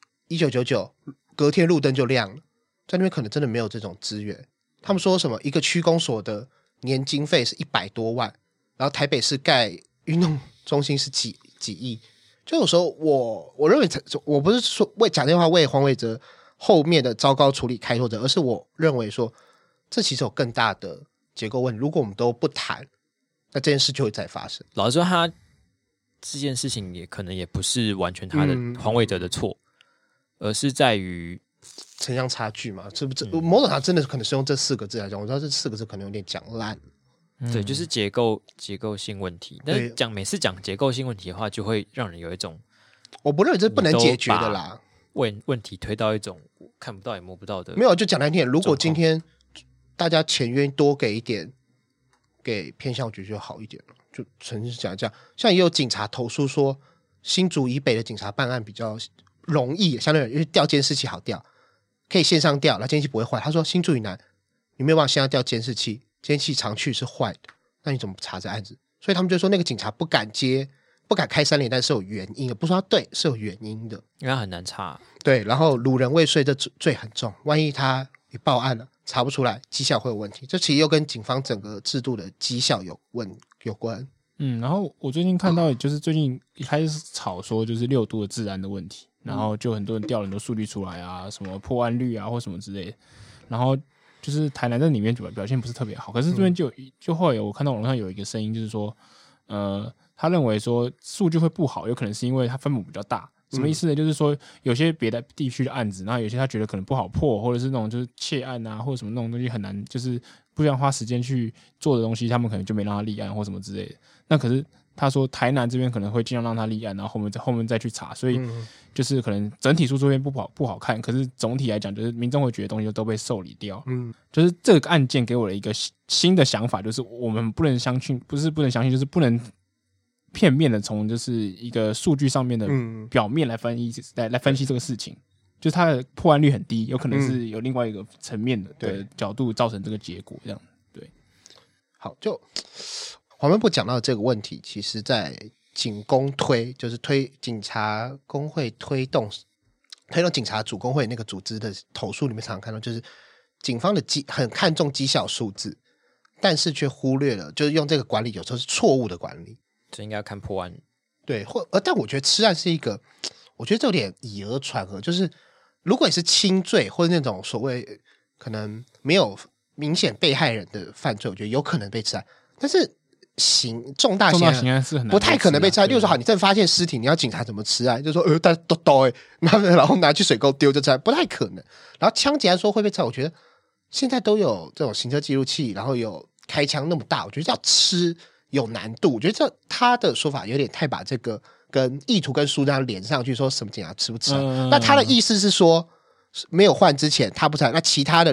1999隔天路灯就亮了，在那边可能真的没有这种资源。他们说什么一个区公所的年经费是100多万，然后台北市盖运动中心是几亿。就有时候我认为我不是说讲电话为黄伟哲后面的糟糕处理开脱者，而是我认为说这其实有更大的结构问题，如果我们都不谈，那这件事就会再发生。 老实说，他这件事情也可能也不是完全他的黄伟哲的错，而是在于城乡差距嘛，是不是？某种上真的可能是用这4个字来讲，我知道这4个字可能有点讲烂。 对，就是结构性问题。但是每次讲结构性问题的话，就会让人有一种， 我不认为这不能解决的啦。 问题推到一种看不到也摸不到的。 没有，就讲难听点，如果今天大家钱愿意多给一点，给偏向局就好一点了。就曾经讲这样，像也有警察投诉说，新竹以北的警察办案比较容易，相对因为调监视器好调，可以线上调，那监视器不会坏。他说新竹以南你没有办法线上调监视器，监视器常去是坏的，那你怎么查这案子？所以他们就说那个警察不敢开3连单是有原因的，不说他对，是有原因的， 因为他很难查。对， 然后掳人未遂这罪很重，万一他一报案了查不出来，绩效会有问题。这其实又跟警方整个制度的绩效有关。 然后我最近看到，就是最近一开始吵说就是6都的治安的问题，然后就很多人调很多数据出来啊，什么破案率啊或什么之类的，然后就是台南在里面表现不是特别好，可是这边就后来我看到网上有一个声音，就是说，他认为说数据会不好，有可能是因为它分母比较大。什么意思呢？就是说有些别的地区的案子，然后有些他觉得可能不好破，或者是那种就是窃案啊，或者什么那种东西很难，就是不想花时间去做的东西，他们可能就没让他立案或什么之类的。那可是他说台南这边可能会尽量让他立案，然后后面再去查，所以就是可能整体诉诸边不好看，可是总体来讲，就是民众会觉得东西都被受理掉。就是这个案件给我了一个新的想法，就是我们不能相信，不是不能相信，就是不能片面的从就是一个数据上面的表面来分析这个事情，就是它的破案率很低，有可能是有另外一个层面的角度造成这个结果，这样。对， 好，就黄门部讲到的这个问题，其实在警工就是警察工会推动警察主工会那个组织的投诉里面，常常看到就是警方的很看重绩效数字，但是却忽略了，就是用这个管理有时候是错误的管理。 这应该要看破案。 对，但我觉得吃案是一个，我觉得这有点以讹传讹，就是如果你是轻罪或者那种所谓可能没有明显被害人的犯罪，我觉得有可能被吃案，但是重大刑案是很难不太可能被吃案。例如说，好，你真的发现尸体，你要警察怎么吃案？就说大家都然后拿去水沟丢就吃案，不太可能。然后枪击案说会被吃案，我觉得现在都有这种行车记录器，然后有开枪那么大，我觉得要吃有难度。我觉得他的说法有点太把这个跟意图跟书这样连上去，说什么警察吃不吃案？那他的意思是说，没有换之前他不吃案，那其他的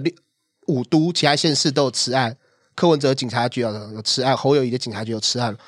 5都其他县市都有吃案，柯文哲警察局有吃案，侯友宜的警察局有吃案，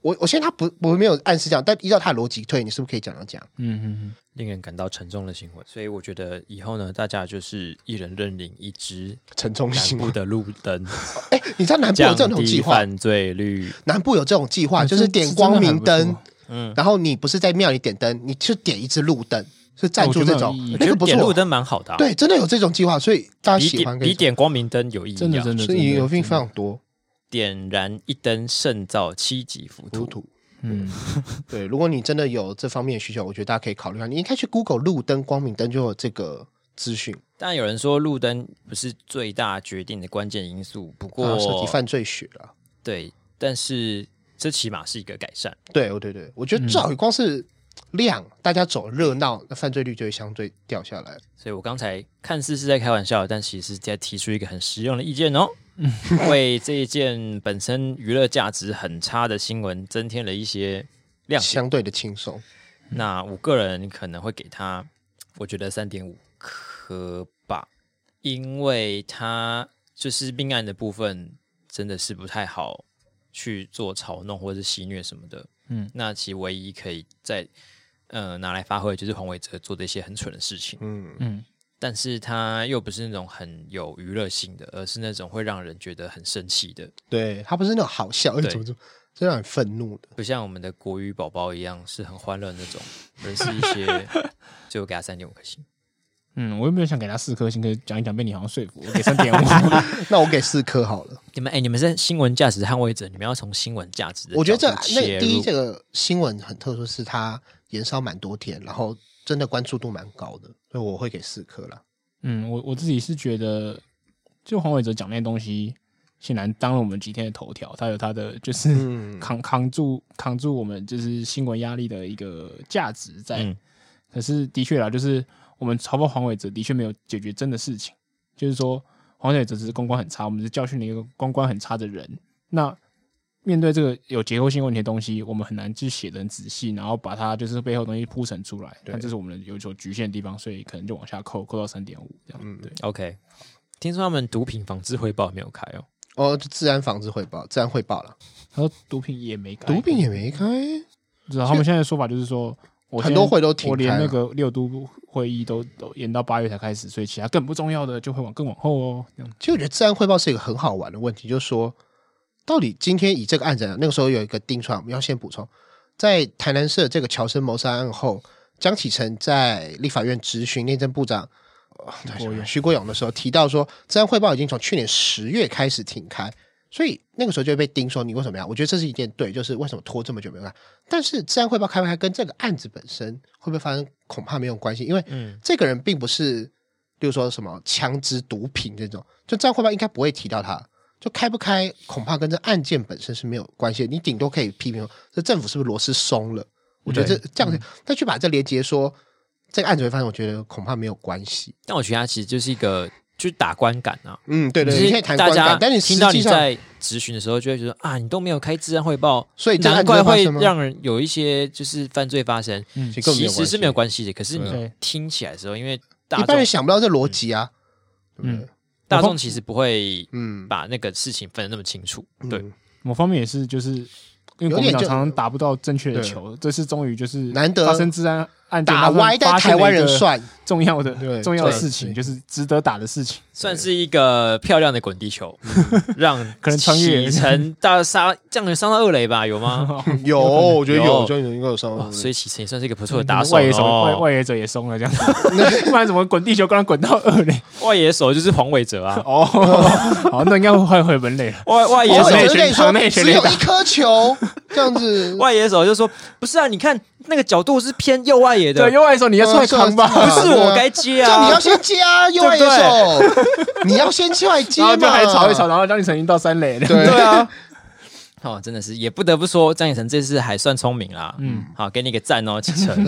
我现在他不没有暗示这样，但依照他的逻辑推，你是不是可以讲？ 令人感到沉重的新闻。所以我觉得以后呢，大家就是一人认领一支沉重新闻的路灯。 你知道南部有这种计划？ 犯罪率， 南部有这种计划，就是点光明灯，然后你不是在庙里点灯，你就点一支路灯。是赞助这种， 我觉得点路灯蛮好的。 对，真的有这种计划，所以大家喜欢比点光明灯有意义。 真的， 所以有非常多。 点燃一灯，胜造7级浮屠。 对，如果你真的有这方面的需求，我觉得大家可以考虑一下。你应该去 Google 路灯、光明灯就有这个资讯。 当然有人说路灯不是最大决定的关键因素，不过涉及犯罪学了。 对，但是这起码是一个改善。 对，我觉得至少光是亮，大家走热闹，那犯罪率就会相对掉下来。 所以我刚才看似是在开玩笑，但其实是在提出一个很实用的意见哦。为这一件本身娱乐价值很差的新闻增添了一些亮点， 相对的轻松。 那我个人可能会给他，我觉得3.5颗吧，因为他就是命案的部分真的是不太好去做嘲弄或者是戏谑什么的。那其唯一可以在拿来发挥就是黄伟哲做的一些很蠢的事情。但是他又不是那种很有娱乐性的，而是那种会让人觉得很生气的。 对，他不是那种好笑，怎么是让人愤怒的， 不像我们的国语宝宝一样是很欢乐的那种，而是一些，所以我给他3.5颗星。 我又没有想给他4颗星，可以讲一讲被你好像说服，我给3.5。 那我给4颗好了。 你们是新闻价值捍卫者，你们要从新闻价值的角度我觉得第一， 这个新闻很特殊，是它延烧蛮多天，然后真的关注度蛮高的，所以我会给4颗啦。 我自己是觉得，就黄伟哲讲那些东西，显然当了我们几天的头条，他有他的就是扛住我们就是新闻压力的一个价值在。可是的确啦，就是我们嘲讽黄伟哲的确没有解决真的事情，就是说黄伟哲只是公关很差，我们是教训了一个公关很差的人。那面对这个有结构性问题的东西，我们很难去写得很仔细，然后把它就是背后的东西铺陈出来。那这是我们有所局限的地方，所以可能就往下扣到3.5这样。对 ，OK。听说他们毒品防治汇报没有开哦，就治安防治汇报，治安汇报了。 他说毒品也没开， 毒品也没开。 不知道他们现在的说法就是说， 很多会都停开， 我连那个6都会议都延到8月才开始，所以其他更不重要的就会更往后哦。 其实我觉得治安汇报是一个很好玩的问题，就是说，到底今天以这个案子，那个时候有一个定传，我们要先补充，在台南市这个乔生谋杀案后，江启臣在立法院质询内政部长徐国勇的时候提到说，治安汇报已经从去年10月开始停开，所以那个时候就会被盯说你为什么要？我觉得这是一件对，就是为什么拖这么久没有看？但是治安汇报开不开跟这个案子本身会不会发生，恐怕没有关系，因为这个人并不是，比如说什么枪支、毒品这种，就治安汇报应该不会提到他。就开不开，恐怕跟这案件本身是没有关系的。你顶多可以批评说，这政府是不是螺丝松了？我觉得这样子，再去把这连结说这个案子会发生，我觉得恐怕没有关系。 但我觉得它其实就是一个，就是打观感啊。 对，你可以谈观感，但你听到你在质询的时候，就会觉得啊，你都没有开治安汇报， 所以难怪会让人有一些就是犯罪发生。其实是没有关系的，可是你听起来的时候，因为一般人想不到这逻辑啊，对不对？ 大众其实不会把那个事情分得那么清楚。对， 某方面也是就是因为国民党常常打不到正确的球，这次终于就是难得发生治安案件打歪在台湾人算重要的事情，就是值得打的事情， 算是一个漂亮的滚地球，让可能穿越启程大杀，这样有伤到2垒吧？有吗？ 有，我觉得有，就应该有伤到。 所以启程也算是一个不错的打手。 外野手也松了，这样，不然怎么滚地球刚刚滚到2垒？ 外野手就是黄伟哲啊。 好，那应该会回本垒了。 外野手只有1颗球，这样子。 外野手就说：“不是啊，你看那个角度是偏右外野的。 对，右外野手你要出来扛吧， 不是我该接啊。 这你要先接啊，右外野手，你要先出来接嘛。” 然后就还吵一吵，然后江启臣已经到3垒了。 对啊。哦，真的是，也不得不说，张启臣这次还算聪明啦。好，给你一个赞哦，启臣。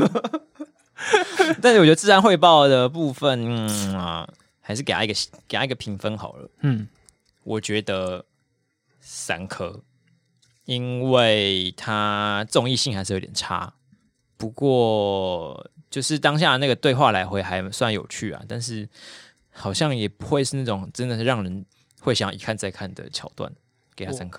但是我觉得治安汇报的部分，还是给他一个评分好了。我觉得3颗，因为它综艺性还是有点差。不过就是当下那个对话来回还算有趣啊，但是好像也不会是那种真的是让人会想一看再看的桥段。给他3颗。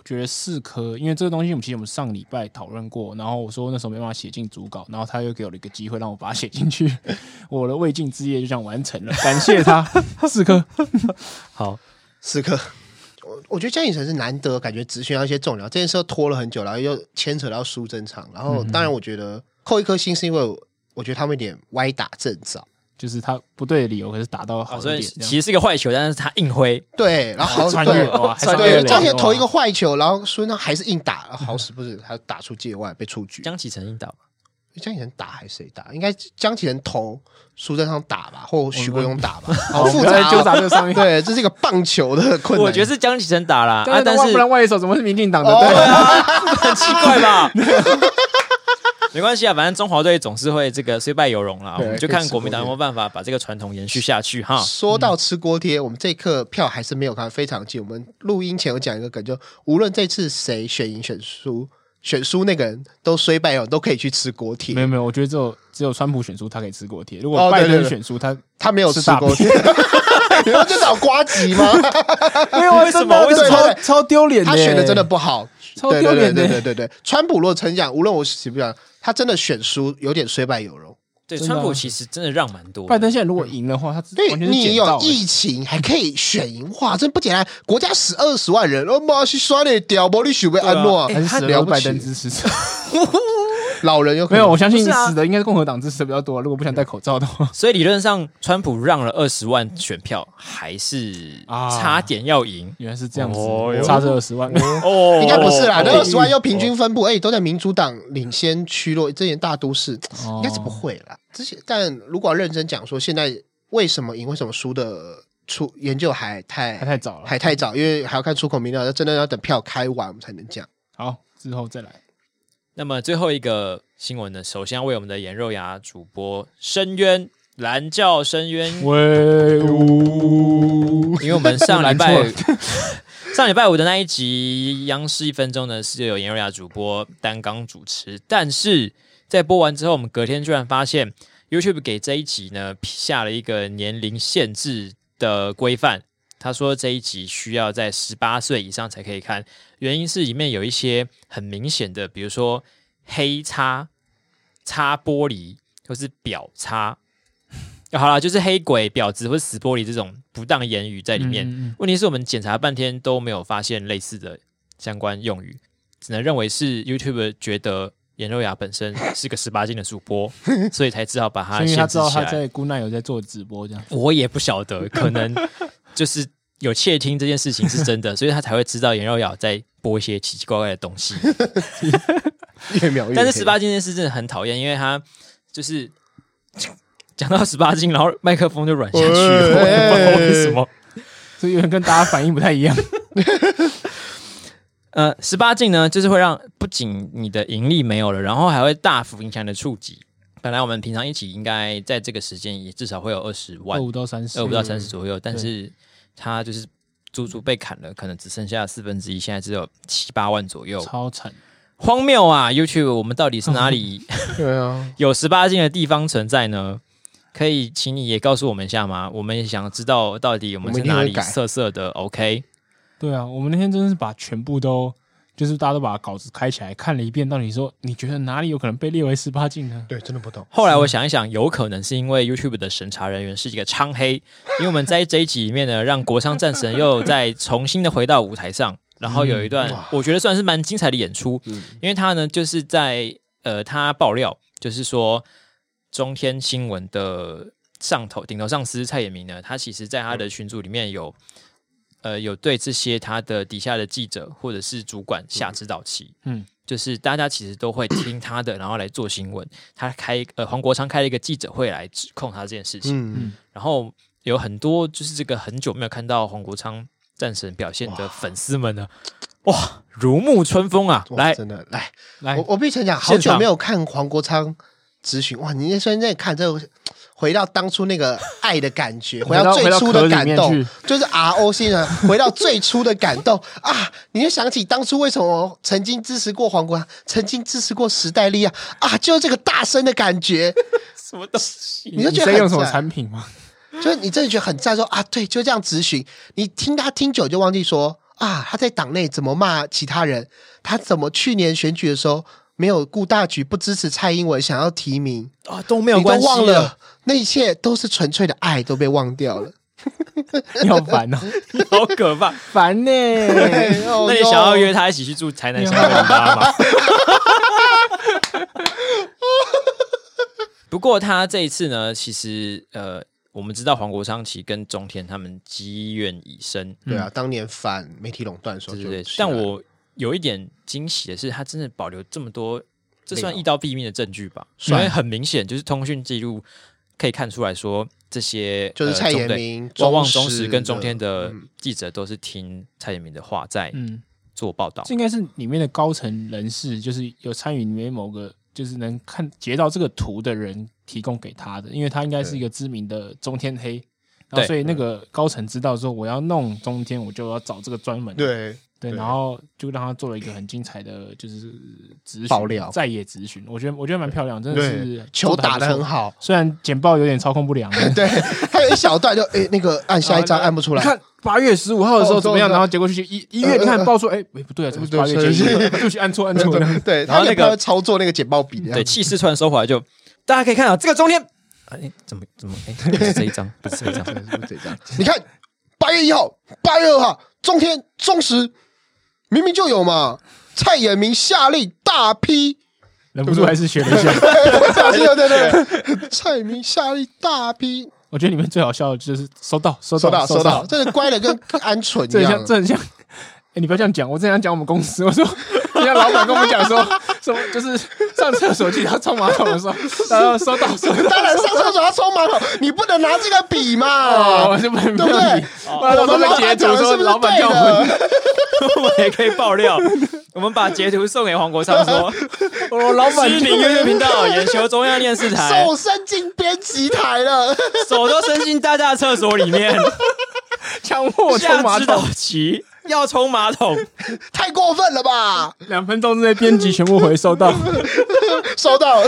觉得4颗，因为这个东西其实我们上个礼拜讨论过，然后我说那时候没办法写进主稿，然后他又给我了一个机会让我把它写进去，我的未尽之业就这样完成了，感谢他。4颗， 好 ，4颗。我觉得江启臣是难得感觉只需要一些重量，这件事拖了很久，然后又牵扯到苏贞昌，然后当然我觉得扣1颗星是因为我觉得他们有点歪打正着。 就是他不对的理由，可是打到好的点， 所以其实是一个坏球，但是他硬挥， 对，然后穿越， 对，江启臣投一个坏球，然后苏贞昌还是硬打，好死不死他打出界外被出局。 江启臣硬打吗？ 江启臣打还是谁打？应该江启臣投，苏贞昌打吧，或许国勇打吧。 好复杂，纠缠这上面。 对，这是一个棒球的困难。 我觉得是江启臣打啦， 但是不然外野手怎么是民进党的？ 对啊，很奇怪吧？没关系啊，反正中华队总是会这个虽败犹荣啦，我们就看国民党有没有办法把这个传统延续下去哈。 说到吃锅贴，我们这一刻票还是没有看，非常近。我们录音前有讲一个梗，就无论这次谁选赢选输那个人都虽败犹荣，都可以去吃锅贴。 没有，我觉得只有川普选输他可以吃锅贴，如果拜登选输他没有吃锅贴。你说就找呱吉吗？ 没有，为什么超丢脸的？ 他选的真的不好， 超丢脸的。 对，川普如果成讲，无论我喜不喜欢，他真的选输有点虽败犹荣。 对，川普其实真的让蛮多。 拜登现在如果赢的话，他对你有疫情还可以选赢，哇，真不简单！国家死20万人，妈去刷你屌，你许被安诺， 还是死了拜登支持者。 老人有可能没有，我相信死的应该是共和党支持的比较多。如果不想戴口罩的话， 所以理论上川普让了20万选票，还是差点要赢。 原来是这样子，差这20万哦，应该不是啦，那20万又平均分布，都在民主党领先区落，这些大都市应该是不会啦。但如果要认真讲说，现在为什么赢、为什么输的研究还太早了， 还太早，因为还要看出口民调，真的要等票开完我们才能讲。 好，之后再来。 那么最后一个新闻呢，首先要为我们的颜肉牙主播申冤，蓝教申冤，因为我们上礼拜五的那一集央视1分钟呢，是有颜肉牙主播担纲主持，但是在播完之后，我们隔天居然发现 YouTube 给这一集呢下了一个年龄限制的规范。他说这一集需要在18岁以上才可以看，原因是里面有一些很明显的，比如说黑擦玻璃或是婊擦，好啦，就是黑鬼、婊子或是死玻璃这种不当言语在里面。问题是我们检查半天都没有发现类似的相关用语，只能认为是 YouTube 觉得颜肉牙本身是个18禁的主播，所以才只好把它限制起来。 因为他知道他在Good Night有在做直播这样， 我也不晓得，可能就是有窃听这件事情是真的，所以他才会知道颜肉牙在播一些奇奇怪怪的东西。 越描越黑。 但是18禁这件事真的很讨厌，因为他就是讲到18禁，然后麦克风就软下去了，我也不知道为什么， 所以有点跟大家反应不太一样。 18禁呢，就是会让不仅你的盈利没有了，然后还会大幅影响你的触及。本来我们平常一起应该在这个时间也至少会有20万 ，25到30 左右，但是他就是足足被砍了，可能只剩下1/4，现在只有7、8万左右， 超惨， 荒谬啊 ！YouTube， 我们到底是哪里对啊有18禁的地方存在呢？可以请你也告诉我们一下吗？我们也想知道到底我们是哪里色色的 ？OK？ 对啊，我们那天真的是把全部都。就是大家都把稿子开起来看了一遍，到底说你觉得哪里有可能被列为18禁呢？ 对，真的不懂。 后来我想一想，有可能是因为 YouTube 的审查人员是一个昌黑，因为我们在这一集里面呢，让国昌战神又再重新的回到舞台上，然后有一段我觉得算是蛮精彩的演出，因为他呢就是在他爆料，就是说中天新闻的顶头上司蔡衍明呢，他其实在他的群组里面有对这些他的底下的记者或者是主管下指导棋，就是大家其实都会听他的，然后来做新闻。他黄国昌开了一个记者会来指控他这件事情，然后有很多就是这个很久没有看到黄国昌战神表现的粉丝们呢，哇，如沐春风啊！来， 真的来，我必须讲，好久没有看黄国昌质询，哇！你那瞬间看这。回到当初那个爱的感觉，回到最初的感动，就是 ROC 呢，回到最初的感动啊！你就想起当初为什么曾经支持过黄国昌，曾经支持过时代力量啊，就是这个大声的感觉， 什么东西？ 你就觉得在用什么产品吗？ 就是你真的觉得很赞，说啊，对，就这样质询，你听他听久就忘记说啊，他在党内怎么骂其他人，他怎么去年选举的时候没有顾大局，不支持蔡英文想要提名啊，都没有关系， 你都忘了，那一切都是纯粹的爱，都被忘掉了。 你好烦哦， 你好可怕， 烦呢。 那你想要约他一起去住台南香格里拉吗？不过他这一次呢，其实我们知道黄国昌其实跟中天他们积怨已深。 对啊，当年反媒体垄断的时候就对，但我有一点惊喜的是，他真的保留这么多，这算一刀毙命的证据吧？因为很明显就是通讯记录可以看出来说，这些就是蔡衍明、 旺旺中时跟中天的记者都是听蔡衍明的话在做报道。 这应该是里面的高层人士，就是有参与里面某个。就是能截到这个图的人提供给他的，因为他应该是一个知名的中天黑，然后所以那个高层知道说我要弄中天，我就要找这个专门的对，然后就让他做了一个很精彩的，就是质询爆料， 在野质询，我觉得蛮漂亮，真的是球打得很好， 虽然简报有点操控不良， 对，他有一小段就那个按下一张按不出来， 看8月15号的时候怎么样，然后结果去1月，你看报出不对啊，这不是8月7日，对不起，按错， 对，然后那个操作那个简报笔， 对，气势突然收回来，就大家可以看到这个中天，怎么不是这一张，不是这一张， 你看8月1号、8月2号，中天中时。明明就有嘛！蔡衍明下令大批， 忍不住还是学了一下。 对，蔡衍明下令大批。 我觉得里面最好笑的就是收到， 这个乖的跟鹌鹑一样， 这很像。你不要这样讲，我正想讲我们公司，我说，人家老板跟我们讲说，什么就是上厕所记得要冲马桶的时候，然后收到， 当然上厕所要冲马桶，你不能拿这个笔嘛， 对不对？ 我们老板讲的是不是对的？ 我们也可以爆料，我们把截图送给黄国昌说， 我老板知名YouTube频道眼球中央电视台， 手伸进编辑台了， 手都伸进大家的厕所里面， 强迫冲马桶， 要冲马桶， 太过分了吧 ！2分钟之内编辑全部回收到， 收到，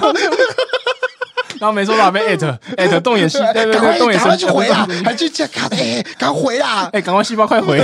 然后没收到被@动眼细，对，动眼神去回啦，还去赶回啦， 赶快细胞快回。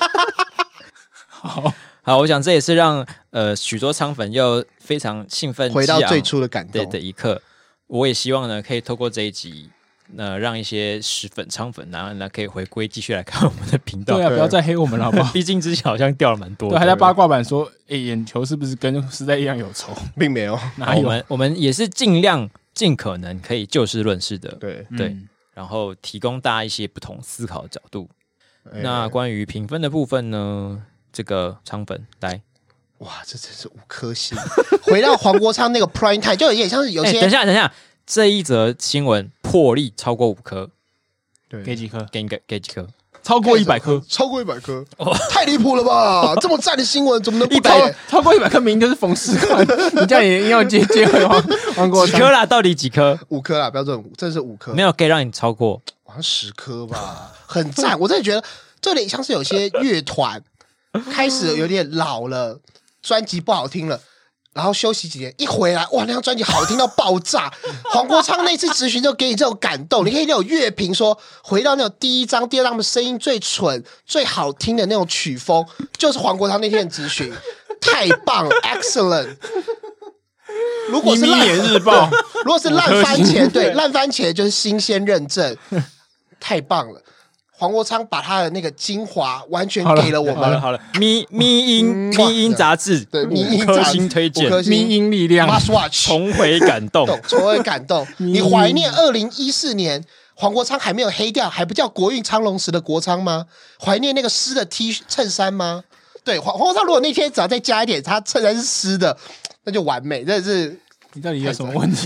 好，我想这也是让许多昌粉又非常兴奋回到最初的感动的一刻。我也希望呢，可以透过这一集。让一些石粉、昌粉，然后呢可以回归继续来看我们的频道。 对啊，不要再黑我们了，好不好？ 毕竟之前好像掉了蛮多的。 对，还在八卦版说，眼球是不是跟时代一样有仇？ 并没有， 哪有？ 我们也是尽可能可以就事论事的， 对， 然后提供大家一些不同思考的角度。那关于评分的部分呢，这个昌粉来。 哇，这真是5颗星！回到黄国昌那个 Prime Time， 就有点像是有些。 等一下。这一则新闻破例超过5颗， 对，给几颗？ 给几颗？ 超过100颗， 超过100颗，太离谱了吧！这么赞的新闻怎么能不超过100颗？明明就是冯世宽，你这样也要接回黄国昌？ 几颗啦？到底几颗 ？5颗啦，标准这是5颗， 没有可以让你超过， 好像10颗吧，很赞！我真的觉得这有点像是有些乐团开始有点老了，专辑不好听了。然后休息几年，一回来，哇，那张专辑好听到爆炸！黄国昌那次质询就给你这种感动，你可以那种乐评说，回到那种第一张、第二张的声音最蠢、最好听的那种曲风，就是黄国昌那天的质询，太棒 ，excellent！ 如果是烂日报， 如果是烂番茄，对，烂番茄就是新鲜认证，太棒了。黄国昌把他的那个精华完全给了我们。 好了，咪音杂志， 对 5颗星推荐， 咪音力量 ，Must Watch， 重回感动。 你怀念2014年黄国昌还没有黑掉，还不叫国运昌隆时的国昌吗？怀念那个湿的 T 衬衫吗？对，黄国昌如果那天只要再加一点，他衬衫是湿的，那就完美。真的是， 你到底有什么问题？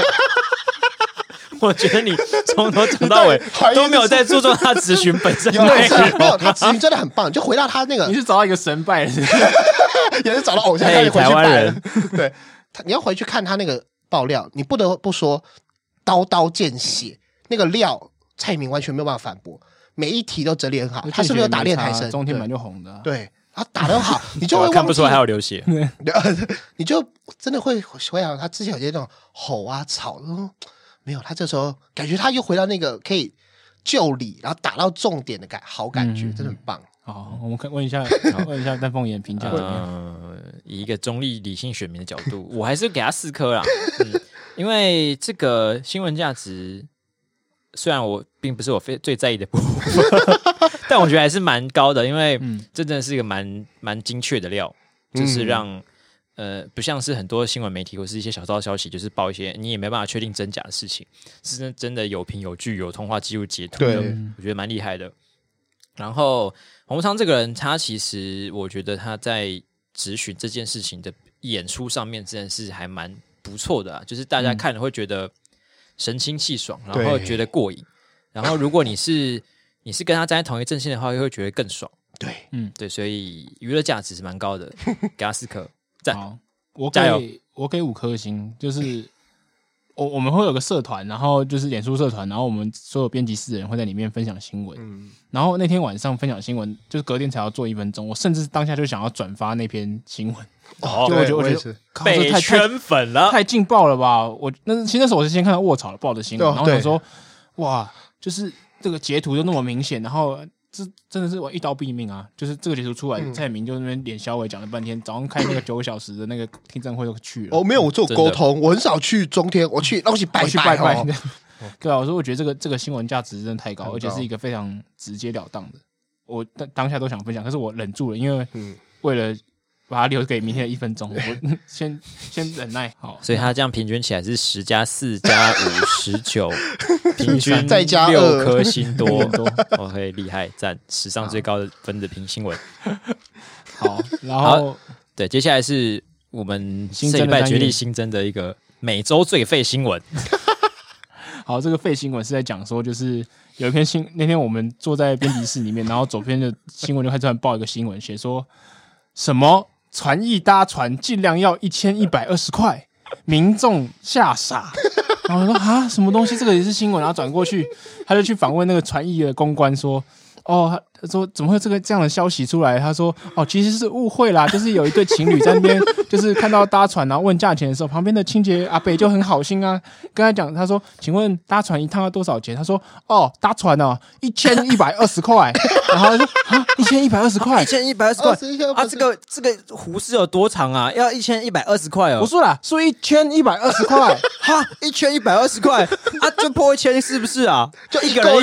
我觉得你从头讲到尾都没有在注重他质询本身的内容， 没有，他质询真的很棒。就回到他那个， 你是找到一个神拜， 也是找到偶像， 台湾人。 对，你要回去看他那个爆料，你不得不说刀刀见血，那个料蔡衍明完全没有办法反驳，每一题都整理很好。他是不是有打练台声？ 中天版就红的， 对，他打得好，你就会看不出来还有流血， 你就真的会回想他之前有些那种吼啊吵。没有，他这时候感觉他又回到那个可以就理，然后打到重点的好感觉，真的很棒。 好，我们问一下丹凤眼评价怎么样？ 以一个中立理性选民的角度，我还是给他4颗啦。因为这个新闻价值，虽然我并不是我最在意的部分，但我觉得还是蛮高的，因为这真的是一个蛮精确的料，就是让不像是很多新闻媒体或是一些小道消息，就是报一些你也没办法确定真假的事情，是真的有凭有据，有通话记录截图的，我觉得蛮厉害的。然后洪昌这个人，他其实我觉得他在质询这件事情的演出上面真的是还蛮不错的啊，就是大家看了会觉得神清气爽，然后觉得过瘾。然后如果你是跟他站在同一阵线的话，又会觉得更爽。 对， 对，所以娱乐价值是蛮高的，给他4颗赞。 好，我给5颗星，就是我们会有个社团，然后就是脸书社团，然后我们所有编辑室的人会在里面分享新闻。然后那天晚上分享新闻，就是隔天才要做1分钟，我甚至当下就想要转发那篇新闻。就我觉得被圈粉了， 太劲爆了吧！其实那时候我是先看到卧槽爆的新闻，然后想说哇，就是这个截图就那么明显，然后这真的是我一刀毙命啊！就是这个截图出来，蔡明就那边脸小伟讲了半天，早上开那个9个小时的那个听证会都去了。 没有，我做沟通，我很少去中天，我去东西拜拜。 对啊，我觉得这个新闻价值真的太高，而且是一个非常直截了当的。我当下都想分享，可是我忍住了，因为为了把它留给明天的1分钟，我先忍耐。好， 所以他这样平均起来是10+4+5=19，平均再加 6颗星多。OK， 厉害，赞，史上最高的分的评新闻。 好，然后对，接下来是我们这礼拜决定新增的一个每周最废新闻。 好，这个废新闻是在讲说，就是有一篇那天我们坐在编辑室里面，然后左边的新闻就开始突然报一个新闻，写说什么船役搭船尽量要1120块，民众吓傻。然后我说啊，什么东西？这个也是新闻。然后转过去，他就去访问那个船役的公关说。他说怎么会这样的消息出来？他说其实是误会啦，就是有一对情侣在那边，就是看到搭船然后问价钱的时候，旁边的清洁阿伯就很好心啊，跟他讲，他说请问搭船一趟要多少钱？他说搭船1120块，然后他说1120块 ，1120块啊，这个湖是有多长啊？要1120块哦？ 不是啦，是1120块， 哈，1120块啊，就破1000是不是啊？ 就一个人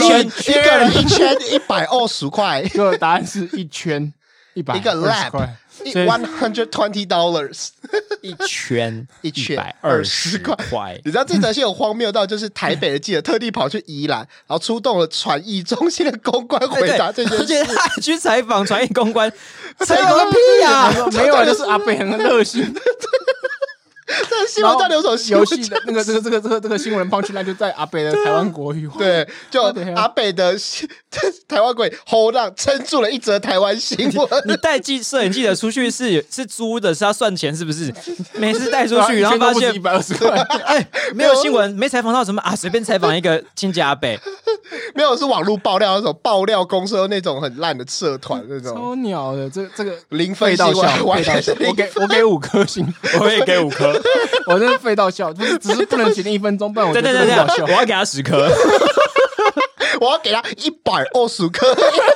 1120块， 就答案是1120块， 一个 lap $120， 一圈120块。 你知道这则新闻荒谬到，就是台北的记者特地跑去宜兰，然后出动了船役中心的公关回答这件事， 而且他还去采访船役公关，采访个屁呀！ 没有，就是阿北很热心。 这新闻到底有什么游戏的那个这个新闻punch line就在阿北的台湾国语， 对，就阿北的台湾国语 hold on 撑住了一则台湾新闻。 你带摄影记者出去是租的，是要算钱是不是？每次带出去，然后发现 120块， 没有新闻，没采访到什么啊，随便采访一个亲家阿北， 没有是网络爆料那种爆料公社那种很烂的社团那种， 超鸟的，这个零分到笑， 我给5颗星， 我也给5颗。 我真的废到笑，只是不能决定1分钟，不然我觉得对，我要给他10颗， 我要给他120颗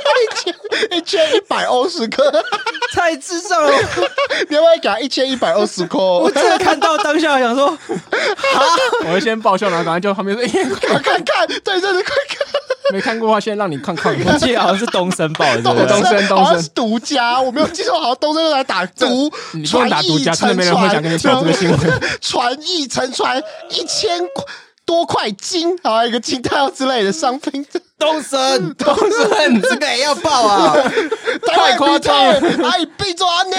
，1120颗， 太智障了！ 你要不要给他1120颗？ 我真的看到当下想说， 我会先爆笑，然后赶快叫旁边说：“ 快看，对，真的快看！” 没看过的话，现在让你看。 我记得好像是东森报的， 东森好像是独家，我没有记错，好像东森都来打独， 你不能打独家，真的没人会想跟你跳这个新闻。 船役沉船1000多块金，好像一个金套之类的商品。 东森，这个也要报啊！ 太夸张了！哎，闭嘴呢！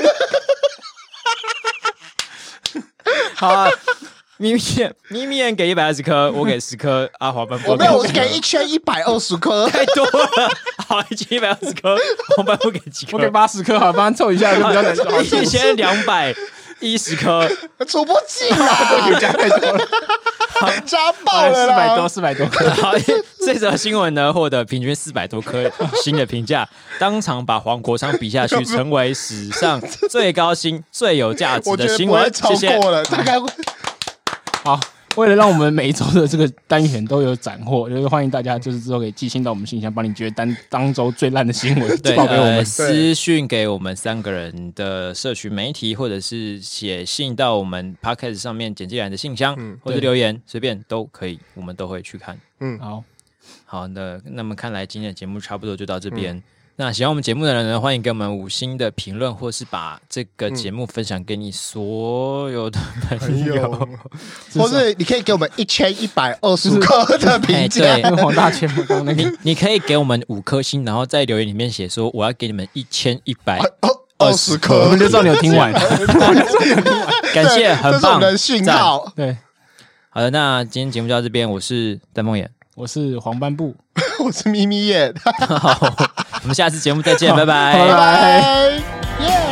好啊。咪咪眼给120颗，我给10颗，阿华班我没有，我给1120颗， 太多了。好，1120颗，黄班不给几颗？ 我给80颗，好，帮他凑一下就比较难凑。 1210颗， 出不进啊！ 加太多了， 加爆了啦 ，400多颗。 好，这则新闻呢获得平均400多颗星的评价，当场把黄国昌比下去，成为史上最高星、最有价值的新闻。 超过了，大概。 好， 为了让我们每一周的这个单元都有斩获，就是欢迎大家就是之后可以寄信到我们信箱，把你觉得当周最烂的新闻报给我们， 私讯给我们3个人的社群媒体，或者是写信到我们 Podcast 上面简介栏的信箱，或者留言随便都可以，我们都会去看。好的，那么看来今天的节目差不多就到这边。那喜欢我们节目的人呢，欢迎给我们5星的评论，或是把这个节目分享给你所有的朋友， 或是你可以给我们1125颗的评价。 对，黄大千你可以给我们5颗星，然后在留言里面写说我要给你们 1120颗， 我们就知道你有听完。 感谢，很棒， 这是我们的讯号。 对， 好的，那今天节目就到这边，我是丹凤眼， 我是黄斑布， 我是咪咪眼。 好，我们下次节目再见，拜拜， 拜拜，耶。